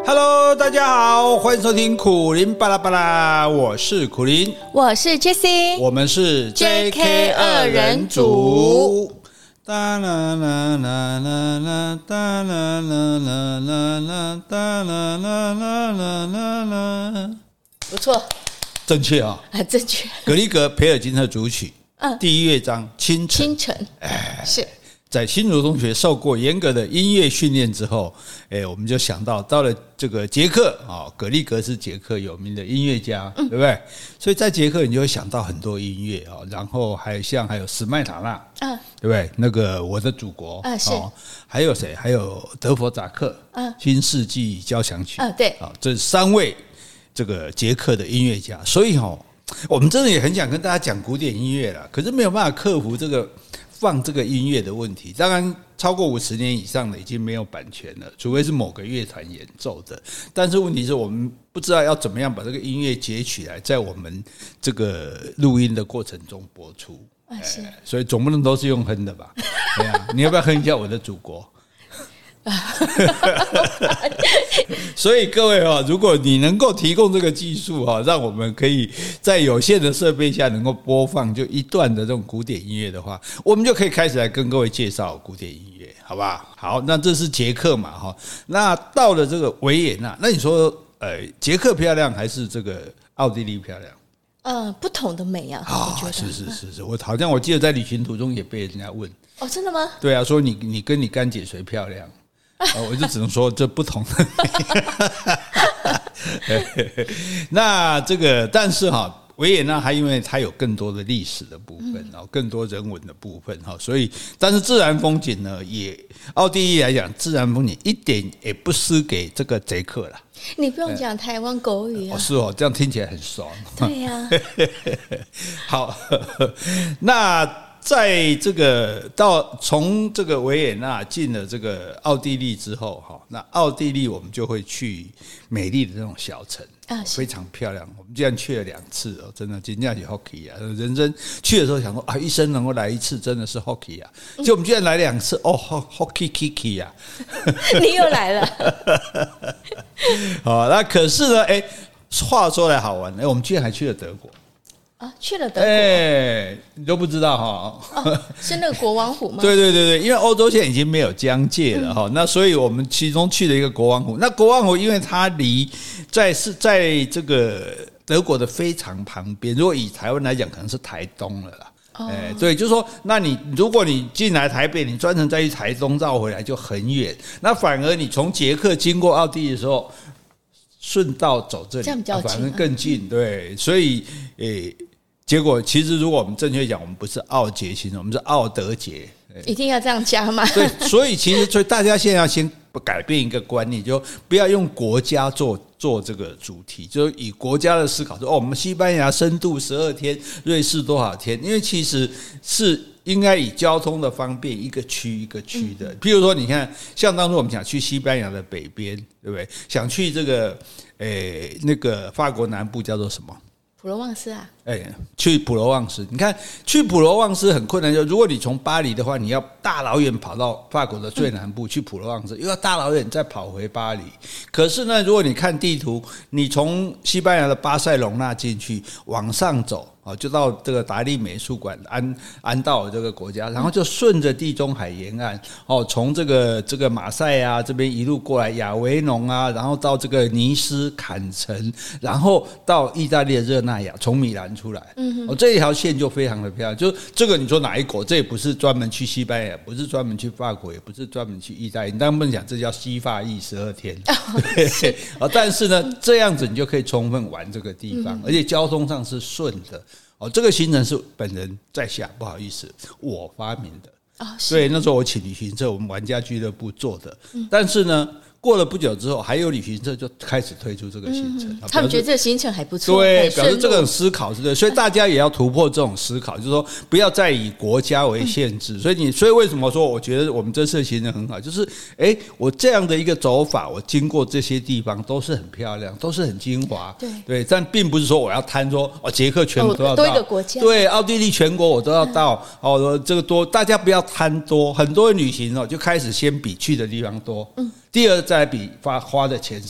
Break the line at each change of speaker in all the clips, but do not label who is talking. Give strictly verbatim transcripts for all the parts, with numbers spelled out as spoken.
Hello， 大家好，欢迎收听苦苓巴拉巴拉，我是苦苓，
我是 Jessie，
我们是 J K 二人组。哒啦啦啦啦啦，哒啦啦啦啦啦，哒啦啦啦啦啦啦，
不错，
正确啊、
很正确。
格里格培尔金特组曲，
嗯，
第一乐章清晨。
清晨，哎，是。
在新竹中学受过严格的音乐训练之后，哎，我们就想到到了这个捷克啊，格里格是捷克有名的音乐家，嗯、对不对？所以在捷克你就会想到很多音乐啊，然后还有像还有史麦塔纳，嗯，对不对？那个我的祖国，
啊是，
还有谁？还有德弗扎克，嗯，新世纪交响曲，
嗯，对，
啊，这三位这个捷克的音乐家，所以哈，我们真的也很想跟大家讲古典音乐啦，可是没有办法克服这个。放这个音乐的问题，当然超过五十年以上的已经没有版权了，除非是某个乐团演奏的。但是问题是我们不知道要怎么样把这个音乐截取来，在我们这个录音的过程中播出。啊是哎、所以总不能都是用哼的吧？对啊，你要不要哼一下《我的祖国》？所以各位哦，如果你能够提供这个技术哈，让我们可以在有限的设备下能够播放就一段的这种古典音乐的话，我们就可以开始来跟各位介绍古典音乐，好不好？好，那这是捷克嘛哈，那到了这个维也纳，那你说呃，捷克漂亮还是这个奥地利漂亮？
呃，不同的美啊，
啊、哦，是是是是，我好像我记得在旅行途中也被人家问，
哦，真的吗？
对啊，说你你跟你干姐谁漂亮？我就只能说这不同的那这个但是哈维也纳它因为它有更多的历史的部分，然后更多人文的部分哈，所以但是自然风景呢，也奥地利来讲自然风景一点也不输给这个捷克啦。
你不用讲台湾国语啊。
哦是哦，这样听起来很爽。
对呀、
啊。好，那。在这个到从这个维也纳进了这个奥地利之后，哈，那奥地利我们就会去美丽的这种小城啊，非常漂亮。我们竟然去了两次哦，真的，真的是 hockey 啊！人生去的时候想说啊，一生能够来一次，真的是 hockey 啊！结果我们居然来两次，哦 ，hockey kiki 啊！
你又来了。
好，那可是呢，哎，话说来好玩，哎，我们居然还去了德国。
啊，去了德国，
哎，你都不知道哈、
哦？是那个国王湖吗？
对对对对，因为欧洲现在已经没有疆界了哈、嗯，那所以我们其中去了一个国王湖。那国王湖因为它离在是在这个德国的非常旁边，如果以台湾来讲，可能是台东了啦。哎、哦，对，就是说，那你如果你进来台北，你专程再去台东绕回来就很远。那反而你从捷克经过奥地利的时候，顺道走这里，
这样比较近、啊，
反而更近。对，所以诶。结果其实如果我们正确讲，我们不是奥捷行程，我们是奥德捷。
一定要这样加吗？
对，所以其实所以大家现在要先改变一个观念，就不要用国家做做这个主题，就以国家的思考说，哦，我们西班牙深度十二天，瑞士多少天？因为其实是应该以交通的方便，一个区一个区的。譬如说，你看，像当初我们想去西班牙的北边，对不对？想去这个诶那个法国南部叫做什么？
普罗旺斯啊，
哎，去普罗旺斯，你看去普罗旺斯很困难。就如果你从巴黎的话，你要大老远跑到法国的最南部去普罗旺斯，又要大老远再跑回巴黎。可是呢，如果你看地图，你从西班牙的巴塞隆纳进去，往上走。就到这个达利美术馆安安道尔这个国家，然后就顺着地中海沿岸哦，从这个这个马赛啊这边一路过来亚维农啊，然后到这个尼斯坎城，然后到意大利的热那亚，从米兰出来，嗯，哦这一条线就非常的漂亮。就这个你说哪一国？这也不是专门去西班牙，不是专门去法国，也不是专门去意大利。你当然不能讲这叫西法意十二天，对哦，但是呢，这样子你就可以充分玩这个地方，而且交通上是顺的。哦，这个行程是本人在下，不好意思，我发明的。哦，对，那时候我请旅行社，我们玩家俱乐部做的。嗯、但是呢，过了不久之后，还有旅行社就开始推出这个行程。嗯、
他们觉得这个行程还不错，
对，表示这个思考是对，所以大家也要突破这种思考，就是说不要再以国家为限制。嗯、所以你，所以为什么说我觉得我们这次的行程很好，就是哎，我这样的一个走法，我经过这些地方都是很漂亮，都是很精华，对对，但并不是说我要贪说哦，捷克全国都要到，
多一个国家，
对，奥地利全国我都要到，嗯、哦，这个多，大家不要贪多，很多人旅行哦就开始先比去的地方多，嗯。第二，再比花花的钱少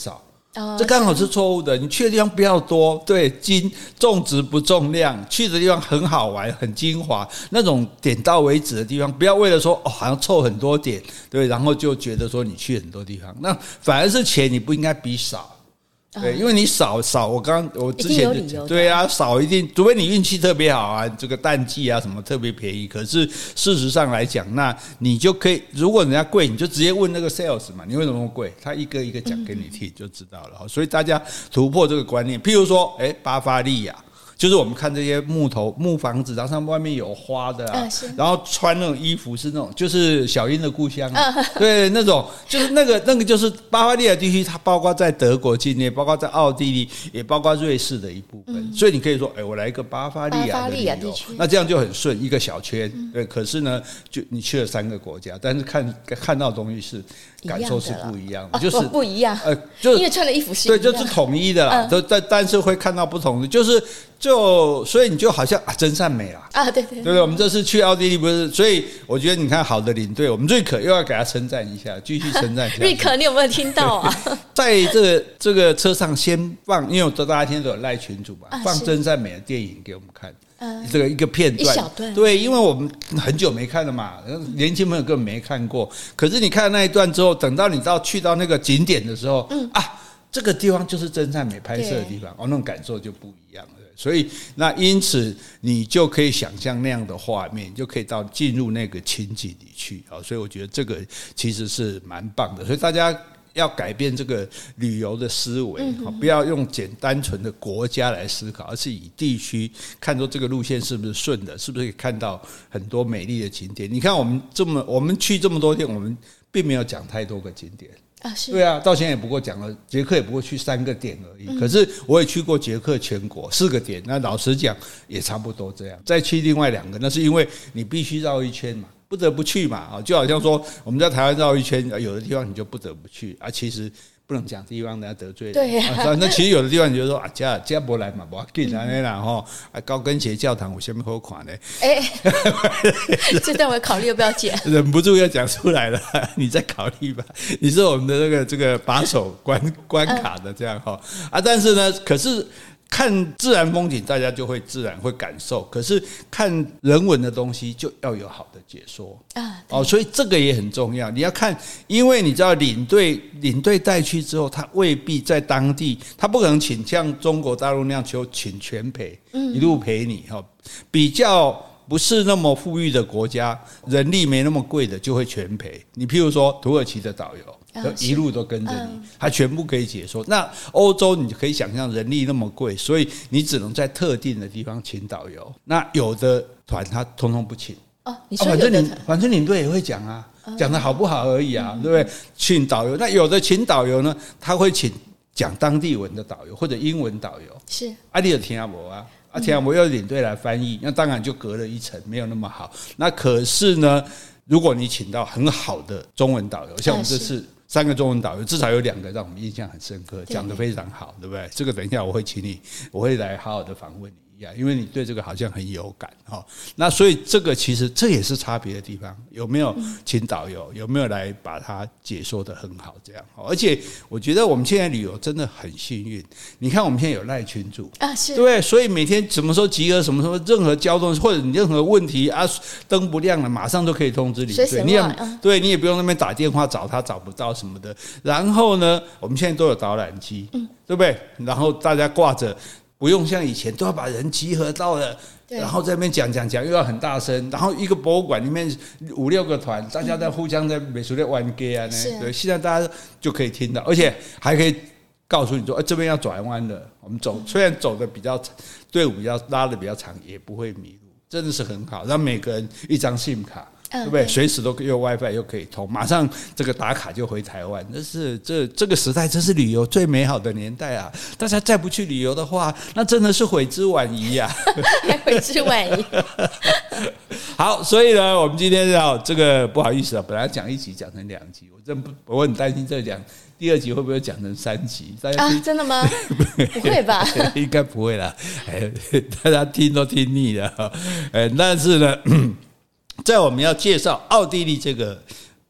哦，
这刚好是错误的。你去的地方不要多，对，精重质不重量，去的地方很好玩很精华，那种点到为止的地方，不要为了说哦好像凑很多点，对，然后就觉得说你去很多地方，那反而是钱你不应该比少。对，因为你少少，我刚刚我之前就讲，对啊，少一定，除非你运气特别好啊，这个淡季啊什么特别便宜。可是事实上来讲，那你就可以，如果人家贵，你就直接问那个 sales 嘛，你为什么那么贵？他一个一个讲给你听就知道了。所以大家突破这个观念，譬如说，哎，巴伐利亚。就是我们看这些木头木房子，然后上面外面有花的啊，嗯、然后穿那种衣服是那种，就是小英的故乡、啊，嗯、对，那种就是那个那个就是巴伐利亚地区，它包括在德国境内，包括在奥地利，也包括瑞士的一部分。嗯、所以你可以说，哎，我来一个巴伐利亚的旅游，那这样就很顺，一个小圈。嗯、对，可是呢，就你去了三个国家，但是看看到的东西是。感受是不一样的，
就是、哦、不一样，呃，
就是
因为穿的衣服是
对，就是统一的啦，嗯、但但是会看到不同的，就是就所以你就好像啊，真善美啦
啊，对对对，
对不对？我们这次去奥地利不是，所以我觉得你看好的领队，我们瑞可又要给他称赞一下，继续称赞一下。
瑞可，你有没有听到啊？
在这个这个车上先放，因为大家天都有赖群组嘛，啊、放真善美的电影给我们看。嗯、这个一个片段，
一小段，
对，因为我们很久没看了嘛，年轻朋友根本没看过。可是你看那一段之后，等到你到去到那个景点的时候，嗯、啊，这个地方就是真善美拍摄的地方，哦，那种感受就不一样了。所以那因此你就可以想象那样的画面，你就可以到进入那个情景里去啊。所以我觉得这个其实是蛮棒的，所以大家。要改变这个旅游的思维，不要用简单纯的国家来思考，而是以地区看说这个路线是不是顺的，是不是可以看到很多美丽的景点。你看我们这么我们去这么多天，我们并没有讲太多个景点
啊，是
对啊，到现在也不过讲了捷克也不过去三个点而已。嗯、可是我也去过捷克全国四个点，那老实讲也差不多这样。再去另外两个，那是因为你必须绕一圈嘛。不得不去嘛，就好像说我们在台湾绕一圈，有的地方你就不得不去啊。其实不能讲地方，人家得罪人。
对呀、
啊。那其实有的地方你就说啊，加加不来嘛，不要紧啊那啦吼。啊，高跟鞋教堂有什么好看呢？哎、
欸，这段我考虑要不要剪？
忍不住要讲出来了，你再考虑吧。你是我们的这个这个把守关关卡的这样哈啊，但是呢，可是。看自然风景，大家就会自然会感受。可是看人文的东西，就要有好的解说啊。哦，所以这个也很重要。你要看，因为你知道领队领队带去之后，他未必在当地，他不可能请像中国大陆那样就请全陪，嗯、一路陪你哈。比较不是那么富裕的国家，人力没那么贵的，就会全陪。你譬如说土耳其的导游。一路都跟着你，他全部可以解说。那欧洲你可以想象人力那么贵，所以你只能在特定的地方请导游。那有的团他通通不请
哦，你说有的团、啊、反正
领反正领队也会讲啊，讲的好不好而已啊，嗯、对不对？请导游，那有的请导游呢，他会请讲当地文的导游或者英文导游，
是
啊，你有听不啊？啊，听不要领队来翻译，那当然就隔了一层，没有那么好。那可是呢，如果你请到很好的中文导游，像我们这次。三个中文导游，至少有两个让我们印象很深刻，讲得非常好，对不对？这个等一下我会请你，我会来好好的访问你一下，因为你对这个好像很有感哈。那所以这个其实这也是差别的地方，有没有请导游，有没有来把它解说得很好，这样。而且我觉得我们现在旅游真的很幸运，你看我们现在有赖群组
啊，是
对，所以每天什么时候集合，什么时候任何交通或者你任何问题啊，灯不亮了，马上都可以通知领队，你也对你也不用那边打电话找他找不到。什么的，然后呢，我们现在都有导览机，嗯，对不对？然后大家挂着，不用像以前都要把人集合到了，然后在那边讲讲讲，又要很大声，然后一个博物馆里面五六个团，大家在互相在美术在玩 gay 啊，对，现在大家就可以听到，而且还可以告诉你说，哎，这边要转弯了，我们走，虽然走的比较队伍比较拉的比较长，也不会迷路，真的是很好，让每个人一张 SIM 卡。对不对？随时都有 WiFi 又可以通，马上这个打卡就回台湾。这是这这个时代，真是旅游最美好的年代啊！大家再不去旅游的话，那真的是悔之晚矣呀、啊！
还悔之晚矣。
好，所以呢，我们今天要这个不好意思啊，本来讲一集讲成两集，我真不，我很担心这讲第二集会不会讲成三集？大家
啊，真的吗？不会吧？
应该不会啦，大家听都听腻了。但是呢。在我们要介绍奥地利这个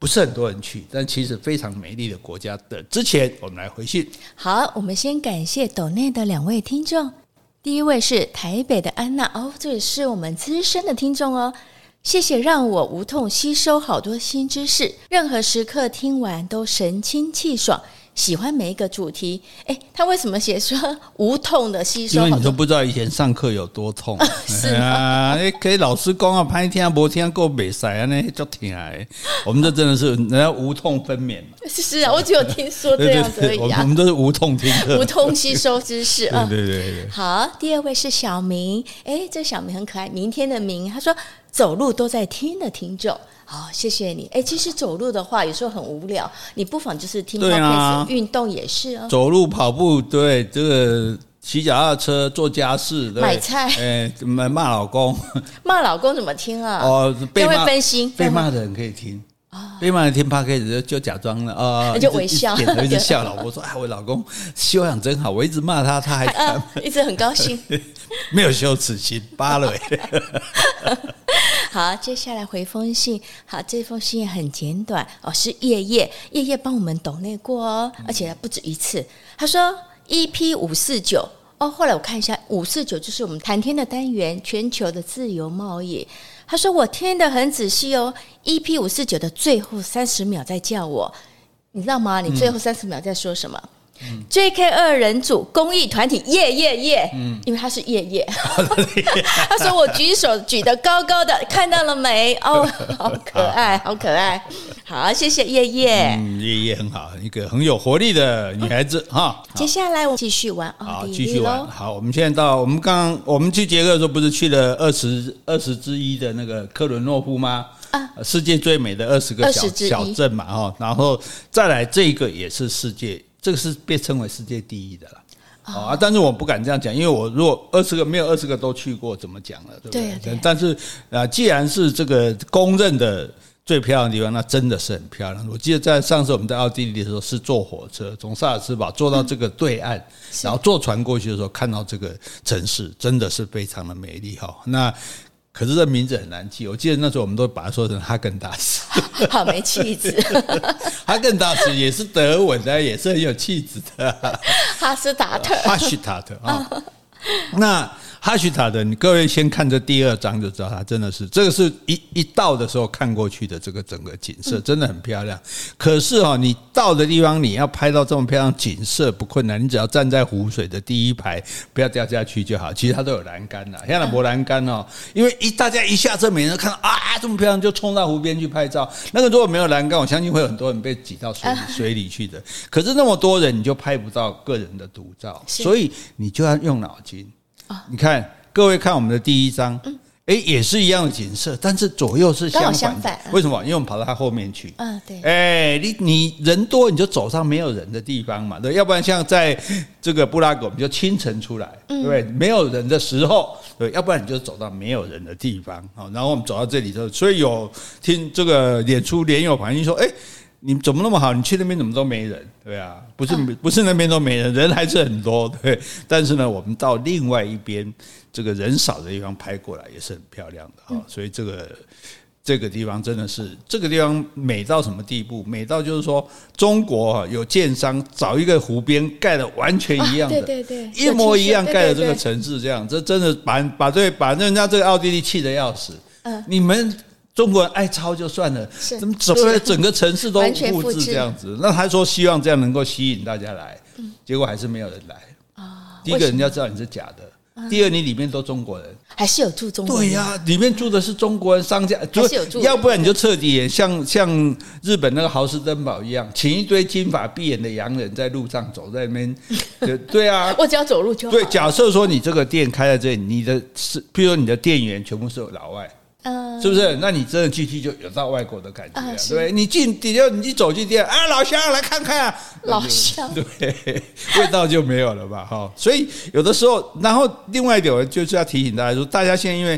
不是很多人去，但其实非常美丽的国家的。之前我们来回信。
好，我们先感谢斗内的两位听众。第一位是台北的安娜，哦，这也是我们资深的听众哦。谢谢让我无痛吸收好多新知识，任何时刻听完都神清气爽，喜欢每一个主题。诶，他为什么写说无痛的吸收好多？
因为你都不知道以前上课有多痛。
是
啊，给老师讲啊，歹听没听够没塞啊，那就听来。我们这真的是人家无痛分娩。
是啊，我只有听说这样子而已啊。
对对对，我们都是无痛听课，
无痛吸收知识啊。
对对对对。
好，第二位是小明，诶，这小明很可爱，明天的明，他说走路都在听的听众。好，谢谢你。哎，其实走路的话，有时候很无聊，你不妨就是听 podcast，运动也是哦。
走路、跑步，对这个骑脚踏车、做家事、
买菜，
哎，骂骂老公，
骂老公怎么听啊？
哦，被
骂会分心，
被骂的人可以听。被骂的听 podcast 就就假装了啊，
就微笑，
点头一直笑。老婆说：“哎，我老公修养真好，我一直骂他，他还、
啊、一直很高兴，
没有羞耻心，扒了。”
好，接下来回封信。好，这封信也很简短哦，是叶叶叶叶帮我们抖内过哦，而且不止一次。他说 E P 五四九哦，后来我看一下，五四九就是我们谈天的单元，全球的自由贸易。他说我听得很仔细哦 ，E P 五四九的最后三十秒在叫我，你知道吗？你最后三十秒在说什么？嗯、J K 二人组公益团体耶耶耶，因为他是叶叶，他说我举手举得高高的，看到了没？哦，好可爱，好可爱，好，谢谢叶叶，
嗯，叶叶很好，一个很有活力的女孩子哈。
接下来我们继续玩奥地利，
继续玩。好，我们现在到我们刚刚我们去捷克的时候，不是去了二十二十之一的那个克伦诺夫吗？啊，世界最美的二十个小小镇嘛，哈，然后再来这个也是世界。这个是被称为世界第一的了、哦啊、但是我不敢这样讲，因为我如果二十个没有二十个都去过，怎么讲了？对不对？
对啊对啊，
但是啊，既然是这个公认的最漂亮的地方，那真的是很漂亮。我记得在上次我们在奥地利的时候，是坐火车从萨尔茨堡坐到这个对岸，嗯、然后坐船过去的时候，看到这个城市，真的是非常的美丽哈。那可是这名字很难记，我记得那时候我们都把它说成哈根达斯，
好没气质。
哈根达斯也是德文的，也是很有气质的。
哈斯达特，
哈许塔特啊。那哈许塔特，你各位先看这第二章就知道，它真的是这个是一一到的时候看过去的这个整个景色，真的很漂亮。可是哦，你到的地方你要拍到这么漂亮景色不困难，你只要站在湖水的第一排，不要掉下去就好。其实它都有栏杆啦，像那没栏杆哦，因为一大家一下车，每人都看到啊这么漂亮，就冲到湖边去拍照。那个如果没有栏杆，我相信会有很多人被挤到水里水里去的。可是那么多人，你就拍不到个人的独照，所以你就要用脑筋。你看，各位看我们的第一章，哎、嗯，也是一样的景色，但是左右是相反的。相反、啊、为什么？因为我们跑到它后面去。
嗯，对。
哎，你你人多，你就走上没有人的地方嘛，对，要不然像在这个布拉格，我们就清晨出来，对不对？没有人的时候，对，要不然你就走到没有人的地方。然后我们走到这里之后，所以有听这个脸书连友反映说，哎。你怎么那么好？你去那边怎么都没人？对啊，不是不是那边都没人，人还是很多，对。但是呢，我们到另外一边这个人少的地方拍过来也是很漂亮的哈、嗯。所以这个这个地方真的是这个地方美到什么地步？美到就是说，中国有建商找一个湖边盖的完全一样的，
啊、对对对，
一模一样盖的这个城市，这样，这真的把把对把人家这个奥地利气得要死。嗯，你们。中国人爱抄就算了，怎么整个整个城市都复制这样子？那他说希望这样能够吸引大家来，嗯、结果还是没有人来。啊、第一个人家知道你是假的，啊、第二你里面都中国人，
还是有住中国人？
对呀、啊，里面住的是中国人商家，还是有住，要不然你就彻底像像日本那个豪斯登堡一样，请一堆金发碧眼的洋人在路上走在那边，对啊，
我只要走路就好。
对，假设说你这个店开在这里，你的是，譬如说你的店员全部是老外。是不是？那你真的进去就有到外国的感觉、啊啊、对不对？你进，你就你一走进店啊，老乡来看看啊，
老乡，
对，味道就没有了吧？哈，所以有的时候，然后另外一点，我就是要提醒大家说，大家现在因为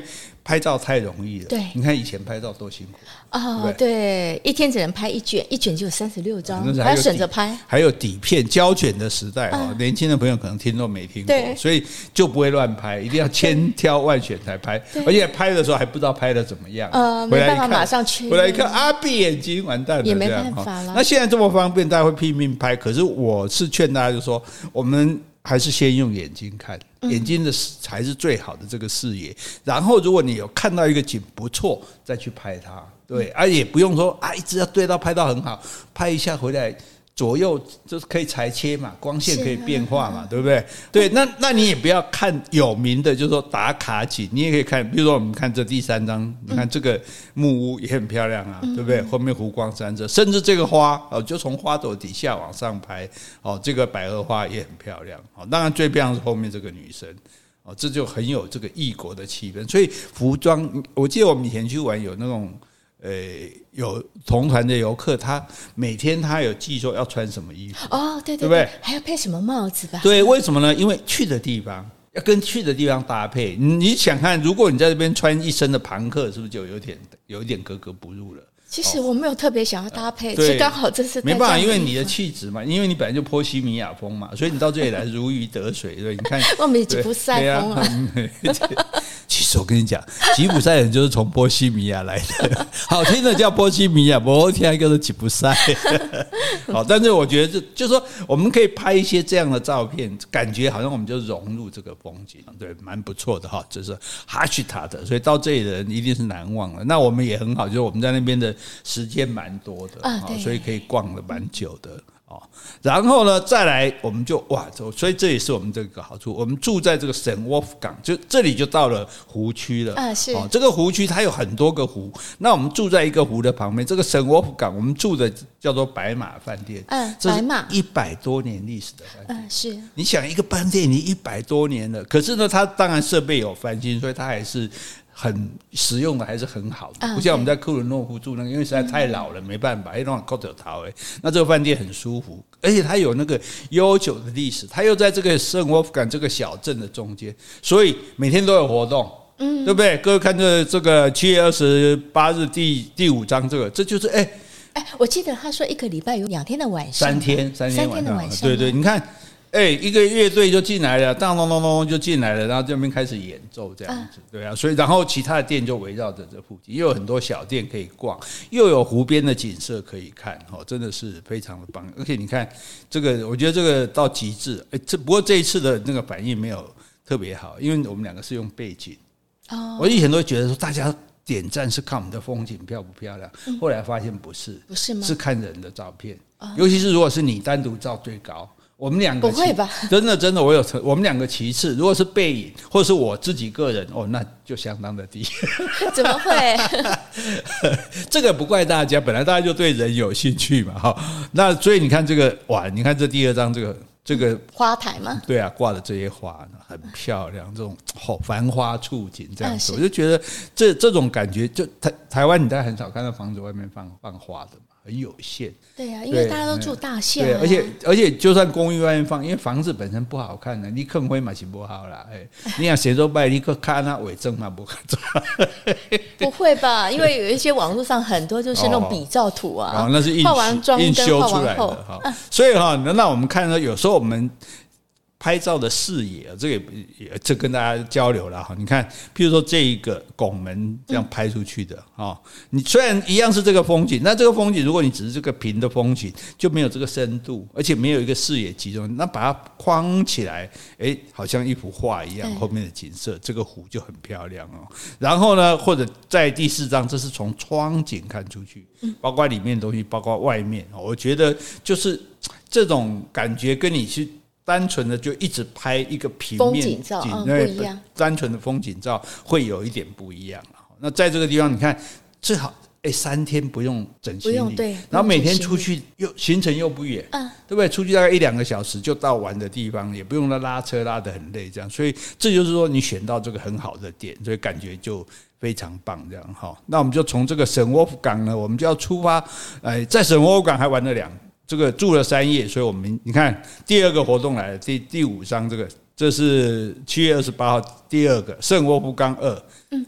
拍照太容易了。
对，
你看以前拍照多辛苦
哦，对，一天只能拍一卷，一卷就有三十六张，
还
要选择拍。
还有底片胶卷的时代哦，年轻的朋友可能听都没听过，所以就不会乱拍，一定要千挑万选才拍，而且拍的时候还不知道拍的怎么样，
呃，没办法马上确认。
回来一看啊，闭眼睛完蛋了，
也没办法了。
那现在这么方便，大家会拼命拍，可是我是劝大家就说，我们还是先用眼睛看，眼睛的才是最好的这个视野。然后，如果你有看到一个景不错，再去拍它，对，啊，也不用说啊，一直要对到拍到很好，拍一下回来。左右就是可以裁切嘛，光线可以变化嘛，对不对？对，那那你也不要看有名的，就是说打卡景，你也可以看，比如说我们看这第三张，你看这个木屋也很漂亮啊，对不对？后面湖光山色，甚至这个花哦，就从花朵底下往上拍哦，这个百合花也很漂亮哦。当然最漂亮是后面这个女生哦，这就很有这个异国的气氛。所以服装，我记得我们以前去玩有那种。呃，有同团的游客，他每天他有记说要穿什么衣服
哦，对对
对, 对不对？
还要配什么帽子吧？
对，为什么呢？因为去的地方要跟去的地方搭配。你想看，如果你在这边穿一身的朋克，是不是就有点有一点格格不入了？
其实我没有特别想要搭配，是刚好这是
没办法，因为你的气质嘛，因为你本来就波西米亚风嘛，所以你到这里来如鱼得水，对？你看，
我们吉普赛风啊。
其实我跟你讲，吉普赛人就是从波西米亚来的，好听的叫波西米亚，不好听的叫做吉普赛。好，但是我觉得就就是说，我们可以拍一些这样的照片，感觉好像我们就融入这个风景，对，蛮不错的哈。这是哈希塔的，所以到这里的人一定是难忘了。那我们也很好，就是我们在那边的时间蛮多的啊，所以可以逛了蛮久的。然后呢，再来我们就哇，所以这也是我们这个好处。我们住在这个圣沃夫港，就这里就到了湖区了。
啊，是哦，
这个湖区它有很多个湖，那我们住在一个湖的旁边。这个圣沃夫港，我们住的叫做白马饭店。
嗯，白马
一百多年历史的饭店。
嗯，是。
你想一个饭店已经一百多年了，可是呢，它当然设备有翻新，所以它还是。很实用的，还是很好的，不像我们在克伦诺夫住那个，因为实在太老了，没办法，那种高脚头哎。那这个饭店很舒服，而且它有那个悠久的历史，它又在这个圣沃夫港这个小镇的中间，所以每天都有活动，嗯，对不对？各位看这这个七月二十八日第第五章，这个这就是哎
哎，我记得他说一个礼拜有两天的晚上，
三天三天
的晚上，
对对，你看。哎，一个乐队就进来了，当当当当就进来了，然后这边开始演奏这样子，对啊，所以然后其他的店就围绕着这附近，又有很多小店可以逛，又有湖边的景色可以看，哦，真的是非常的棒。而且你看这个，我觉得这个到极致。哎，这不过这一次的那个反应没有特别好，因为我们两个是用背景。哦，我以前都觉得说大家点赞是看我们的风景漂不漂亮，嗯、后来发现不是，
不是吗？
是看人的照片，哦、尤其是如果是你单独照最高。我们两个
不会吧？
真的真的，我有我们两个其次，如果是背影或者是我自己个人，哦，那就相当的低。
怎么会？
这个不怪大家，本来大家就对人有兴趣嘛，哈。那所以你看这个，哇，你看这第二张这个这个
花台吗？
对啊，挂的这些花很漂亮，这种好繁花簇锦这样子，我就觉得这这种感觉，就台台湾你大概很少看到房子外面放放花的嘛。很有限，
对呀、啊，因为大家都住大厦、啊，
对，而且而且就算公寓外面放，因为房子本身不好看的，你坑灰嘛是不好啦，哎，你想写作拜，你可看那伪证嘛不看
不会吧？因为有一些网络上很多就是那种比照图啊，
哦、那是印
化完妆
印修出来的
哈、
啊，所以哈，那我们看到有时候我们。拍照的视野，这个也这跟大家交流了哈。你看，譬如说这一个拱门这样拍出去的啊，你虽然一样是这个风景，那这个风景如果你只是这个平的风景，就没有这个深度，而且没有一个视野集中，那把它框起来，哎，好像一幅画一样，后面的景色，这个湖就很漂亮哦。然后呢，或者在第四张，这是从窗景看出去，包括里面的东西，包括外面，我觉得就是这种感觉跟你去。单纯的就一直拍一个平面
风景照，嗯、
不一样。单纯的风景照会有一点不一样。那在这个地方，你看最好哎，三天不用整行李，
不用对，
然后每天出去又行程又不远，嗯，对不对？出去大概一两个小时就到玩的地方，也不用拉车拉得很累，这样，所以这就是说你选到这个很好的点，所以感觉就非常棒，这样哈。那我们就从这个圣沃夫港呢，我们就要出发，哎，在圣沃夫港还玩了两。这个住了三夜，所以我们你看第二个活动来了，第第五章这个，这是七月二十八号第二个圣沃夫冈二，嗯，对，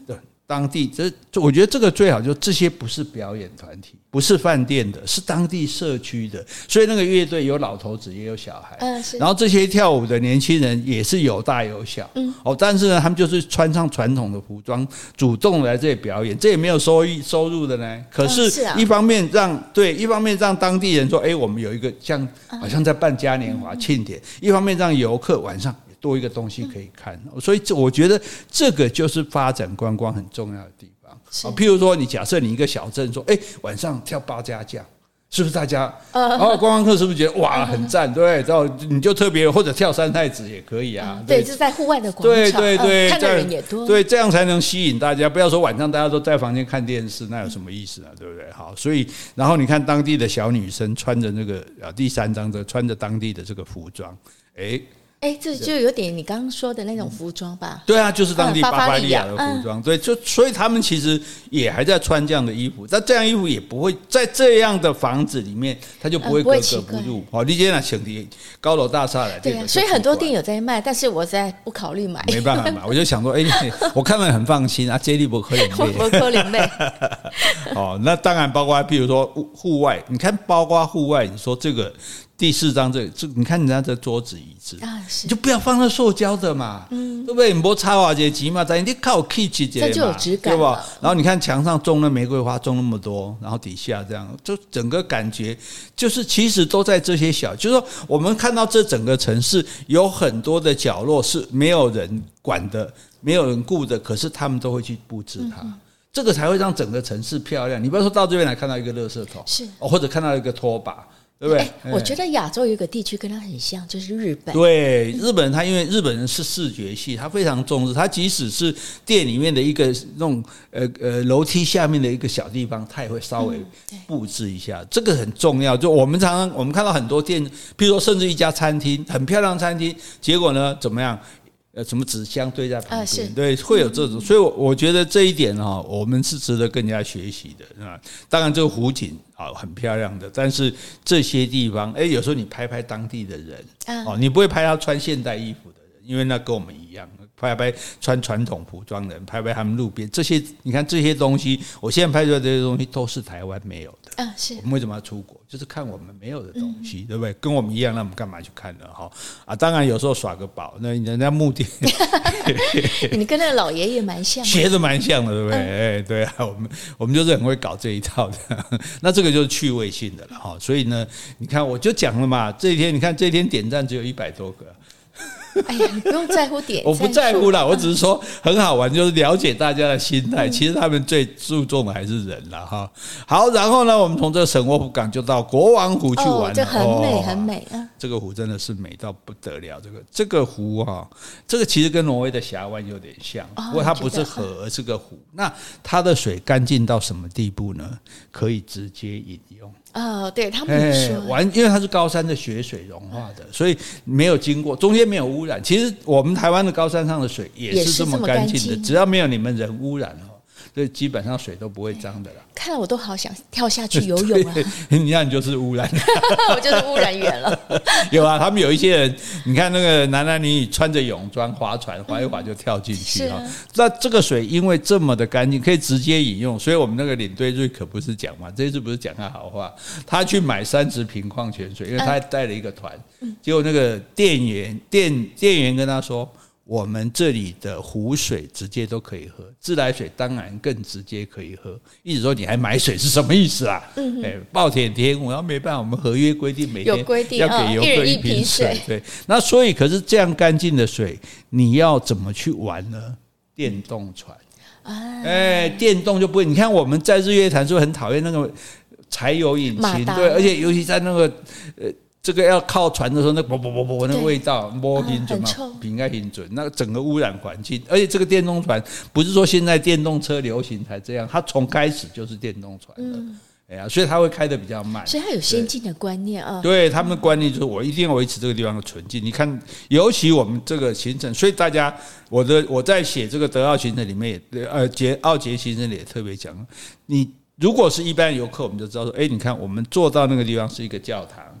当地这，我觉得这个最好，就这些不是表演团体，不是饭店的，是当地社区的，所以那个乐队有老头子也有小孩，
嗯，是。
然后这些跳舞的年轻人也是有大有小，嗯，哦，但是呢，他们就是穿上传统的服装，主动来这里表演，这也没有收益收入的呢。可是，一方面让对，一方面让当地人说，哎，我们有一个像好像在办嘉年华庆典，一方面让游客晚上多一个东西可以看，所以我觉得这个就是发展观光很重要的地方。譬如说，你假设你一个小镇说，哎，晚上跳八家将，是不是大家？然后观光客是不是觉得哇很赞？对，然后你就特别或者跳三太子也可以啊。
对，这在户外的广场，
对对对，
看的人也多。
对，这样才能吸引大家。不要说晚上大家都在房间看电视，那有什么意思啊？对不对？好，所以然后你看当地的小女生穿着那个啊，第三张的穿着当地的这个服装，哎。
哎，这就有点你刚刚说的那种服装吧？
对啊，就是当地巴伐利亚的服装。嗯、对，就所以他们其实也还在穿这样的衣服，但这样衣服也不会在这样的房子里面，它就不会格格不入。哦、嗯，你今天选的高楼大厦来，
对啊，所以很多店有在卖，但是我在不考虑买，
没办法买。我就想说，哎，我看了很放心啊，接力不可以
累，不可以累。
哦，那当然包括譬如说户外，你看包括户外，你说这个。第四张这这，你看人家这桌子椅子，啊、你就不要放那塑胶的嘛，嗯、对不对？你不插瓦节急嘛，咱你靠 key 去这
就有质感，
对吧？然后你看墙上种了玫瑰花，种那么多，然后底下这样，就整个感觉就是其实都在这些小，就是说我们看到这整个城市有很多的角落是没有人管的，没有人顾的，可是他们都会去布置它。嗯这个才会让整个城市漂亮。你不要说到这边来看到一个垃圾桶，是、哦、或者看到一个拖把，对不对？
欸、我觉得亚洲有一个地区跟它很像，就是日本。
对，日本人他因为日本人是视觉系，他非常重视，他即使是店里面的一个那种呃呃楼梯下面的一个小地方，他也会稍微布置一下，嗯、这个很重要。就我们常常我们看到很多店，譬如说甚至一家餐厅很漂亮的餐厅，结果呢怎么样？呃，什么纸箱堆在旁边，啊、对，会有这种，所以我觉得这一点哈，我们是值得更加学习的啊。当然，这个湖景啊很漂亮的，但是这些地方，哎，有时候你拍拍当地的人，哦、啊，你不会拍他穿现代衣服的人，因为那跟我们一样，拍拍穿传统服装的人，拍拍他们路边这些，你看这些东西，我现在拍出来这些东西都是台湾没有的。啊，是我们为什么要出国？就是看我们没有的东西，嗯、对不对？跟我们一样，那我们干嘛去看呢？哈啊，当然有时候耍个宝，那人家目的，
你跟那个老爷爷蛮像，
学的蛮像的，对不对？哎、嗯，对啊，我们我们就是很会搞这一套的。那这个就是趣味性的了哈。所以呢，你看我就讲了嘛，这一天你看这一天点赞只有一百多个。
哎呀，你不用在乎点赞，
我不在乎啦，我只是说很好玩，就是了解大家的心态。嗯、其实他们最注重的还是人啦，哈。好，然后呢，我们从这个沈窝湖港就到国王湖去玩了，
哦，这很美，哦、很美啊。
这个湖真的是美到不得了，这个这个湖哈，这个其实跟挪威的峡湾有点像，哦、不过它不是河，而是个湖。那它的水干净到什么地步呢？可以直接饮用。
哦，对他们说，
完，因为它是高山的雪水融化的，所以没有经过中间没有污染。其实我们台湾的高山上的水也是这么干净的，只要没有你们人污染哦，所以基本上水都不会脏的啦。
看来我都好想跳下去游泳啊！
你看你就是污染，
我就是污染源了。
有啊，他们有一些人，你看那个男男女女穿着泳装划船，划一划就跳进去哈。那这个水因为这么的干净，可以直接饮用，所以我们那个领队瑞可不是讲嘛，这一次不是讲他好话，他去买三十瓶矿泉水，因为他带了一个团，结果那个店员店店员跟他说，我们这里的湖水直接都可以喝，自来水当然更直接可以喝。一直说你还买水是什么意思啊？嗯，哎，暴殄天物，然后没办法，我们合约规定每天要给游客一瓶水。对，那所以可是这样干净的水，你要怎么去玩呢？电动船，哎，电动就不会。你看我们在日月潭是不是很讨厌那个柴油引擎？对，而且尤其在那个呃。这个要靠船的时候，那啵啵啵啵那个味道，摸平准嘛，平该平准，那整个污染环境。而且这个电动船不是说现在电动车流行才这样，它从开始就是电动船的，嗯、哎呀，所以它会开得比较慢。
所以它有先进的观念啊。
对，他们的观念就是我一定要维持这个地方的纯净。你看，尤其我们这个行程，所以大家我的我在写这个德奥行程里面也，呃，捷奥捷行程里也特别讲，你如果是一般游客，我们就知道说，哎，你看我们坐到那个地方是一个教堂。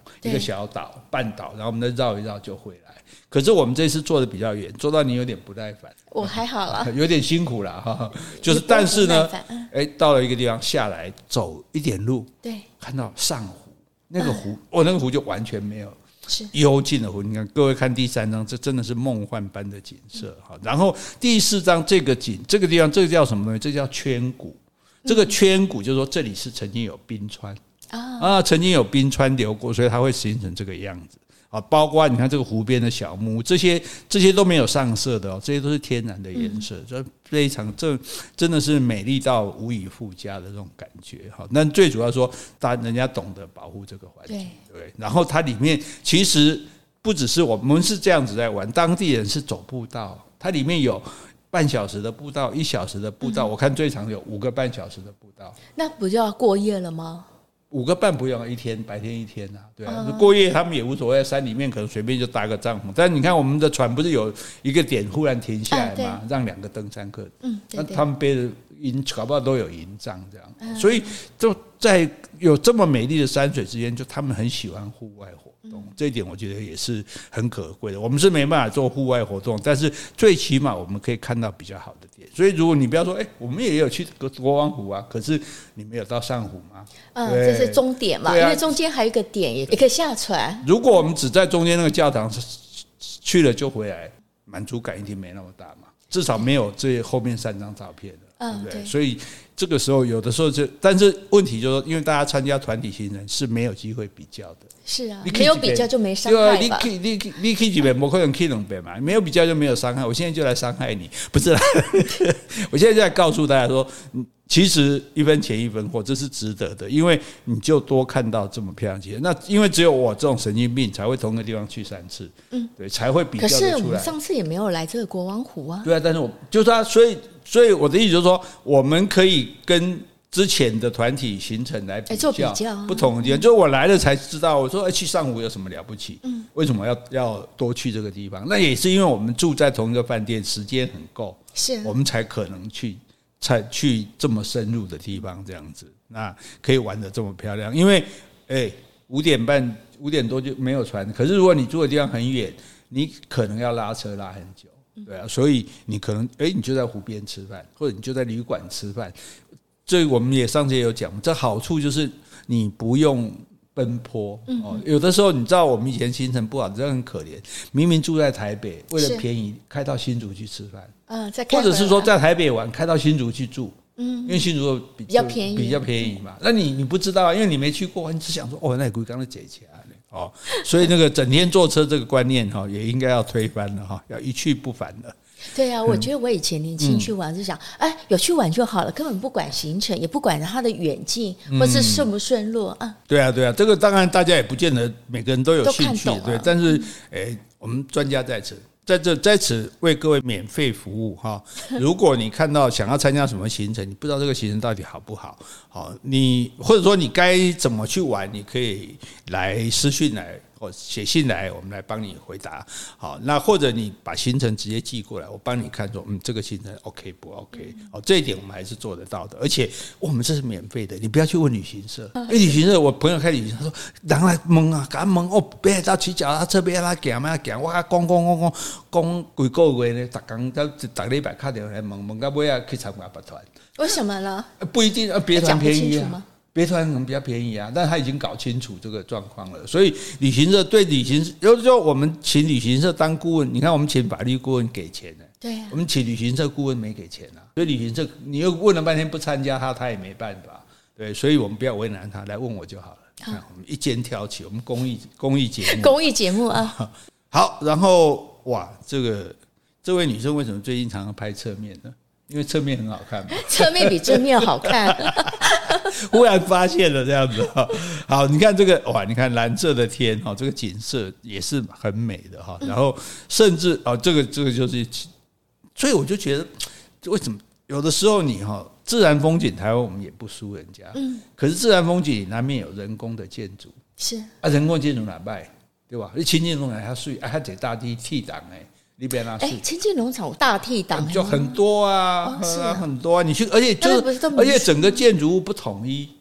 一个小岛半岛，然后我们再绕一绕就回来。可是我们这次做的比较远，做到你有点不耐烦。
我还好啦，
有点辛苦啦哈。就是但是呢，哎，到了一个地方下来走一点路，
对，看
到上湖那个湖，哦，那个湖就完全没有。
是
幽静的湖，你看各位看第三章，这真的是梦幻般的景色哈。然后第四章这个景，这个地方，这个叫什么东西？这叫圈谷。这个圈谷就是说这里是曾经有冰川啊，啊，曾经有冰川流过，所以它会形成这个样子啊。包括你看这个湖边的小木，这些这些都没有上色的哦，这些都是天然的颜色，这、嗯、非常这真的是美丽到无以复加的这种感觉哈。但最主要说，大人家懂得保护这个环境，对，对。然后它里面其实不只是我们是这样子在玩，当地人是走步道，它里面有半小时的步道，一小时的步道，嗯、我看最长有五个半小时的步道，
那不就要过夜了吗？
五个半不用，一天白天一天啊，对啊，过夜他们也无所谓，山里面可能随便就搭个帐篷。但你看我们的船不是有一个点忽然停下来嘛，啊、让两个登山客，嗯，对对，那他们背着营，搞不好都有营帐这样，嗯、所以就在有这么美丽的山水之间，就他们很喜欢户外活动，嗯、这一点我觉得也是很可贵的。我们是没办法做户外活动，但是最起码我们可以看到比较好的点。所以如果你不要说，哎、欸，我们也有去国王湖啊，可是你没有到上湖吗？
嗯，这是终点嘛，啊、因为中间还有一个点，也可以下船。
如果我们只在中间那个教堂去了就回来，满足感一定没那么大嘛，至少没有这后面三张照片的。嗯，对不对？对，所以这个时候有的时候就，但是问题就是说，因为大家参加团体行程是没有机会比较的。
是啊，没有比较就没伤害吧？
你你你去几遍，不可能去两遍嘛？没有比较就没有伤害。我现在就来伤害你，不是啦？我现在就来告诉大家说，其实一分钱一分货，这是值得的，因为你就多看到这么漂亮的景色。那因为只有我这种神经病才会同一个地方去三次，嗯，对，才会比较得出来。
可是我们上次也没有来这个国王湖啊。
对啊，但是我就是他，所以所以我的意思就是说，我们可以跟之前的团体行程来比较，
欸、做比较
不同的地方，就是我来了才知道，我说、欸、去上湖有什么了不起？嗯，为什么要要多去这个地方？那也是因为我们住在同一个饭店，时间很够，是我们才可能去。才去这么深入的地方，这样子，那可以玩得这么漂亮。因为，哎，五点半、五点多就没有船。可是如果你住的地方很远，你可能要拉车拉很久，对啊。所以你可能，哎，你就在湖边吃饭，或者你就在旅馆吃饭。这我们也上次也有讲，这好处就是你不用奔波哦。有的时候你知道，我们以前行程不好，真的很可怜。明明住在台北，为了便宜开到新竹去吃饭。嗯，或者是说在台北玩，开到新竹去住，嗯，因为新竹比较便宜，比较便宜嘛。那你你不知道啊，因为你没去过，你只想说哦，那鬼刚才解起来哦，所以那个整天坐车这个观念哈，也应该要推翻了哈，要一去不返了。
对啊，我觉得我以前年轻去玩是想，哎、嗯，有去玩就好了，根本不管行程，也不管它的远近或是顺不顺路啊。
对啊，对啊，这个当然大家也不见得每个人都有兴趣，对，但是哎，我们专家在此。在这在此为各位免费服务哈！如果你看到想要参加什么行程，你不知道这个行程到底好不好，好，你或者说你该怎么去玩，你可以来私讯来或写信来，我们来帮你回答。好，那或者你把行程直接寄过来，我帮你看说，嗯，这个行程 OK 不 OK？ 好，这一点我们还是做得到的，而且我们这是免费的，你不要去问旅行社，因为旅行社我朋友开旅行社，他说人来问啊，给他问哦，别到骑脚踏车，别拉行咩行，我讲讲讲讲讲几个月呢，逐工到逐礼拜打电话来问，问到尾啊去参加别团。
为什么呢？
不一定啊，别团便宜啊。别团可能比较便宜啊，但他已经搞清楚这个状况了，所以旅行社对旅行社，有时候我们请旅行社当顾问，你看我们请法律顾问给钱的，对、啊，我们请旅行社顾问没给钱啊，所以旅行社你又问了半天不参加他，他也没办法，对，所以我们不要为难他，来问我就好了。看我们一肩挑起，我们公益公益节目，
公益节目啊，
好，然后哇，这个这位女生为什么最近常常拍侧面呢？因为侧面很好看嘛，
侧面比正面好看。
忽然发现了这样子，好，你看这个哇，你看蓝色的天哈，这个景色也是很美的哈。然后甚至啊，这个这个就是，所以我就觉得，为什么有的时候你哈自然风景台湾我们也不输人家，嗯，可是自然风景难免有人工的建筑，是啊，人工建筑哪败对吧？你亲近农场它水啊，它这大地替挡哎。里边啊，
哎，亲近农场大替档
就很多啊，哦、是啊很多啊。你去，而且就是，而且整个建筑物不统一，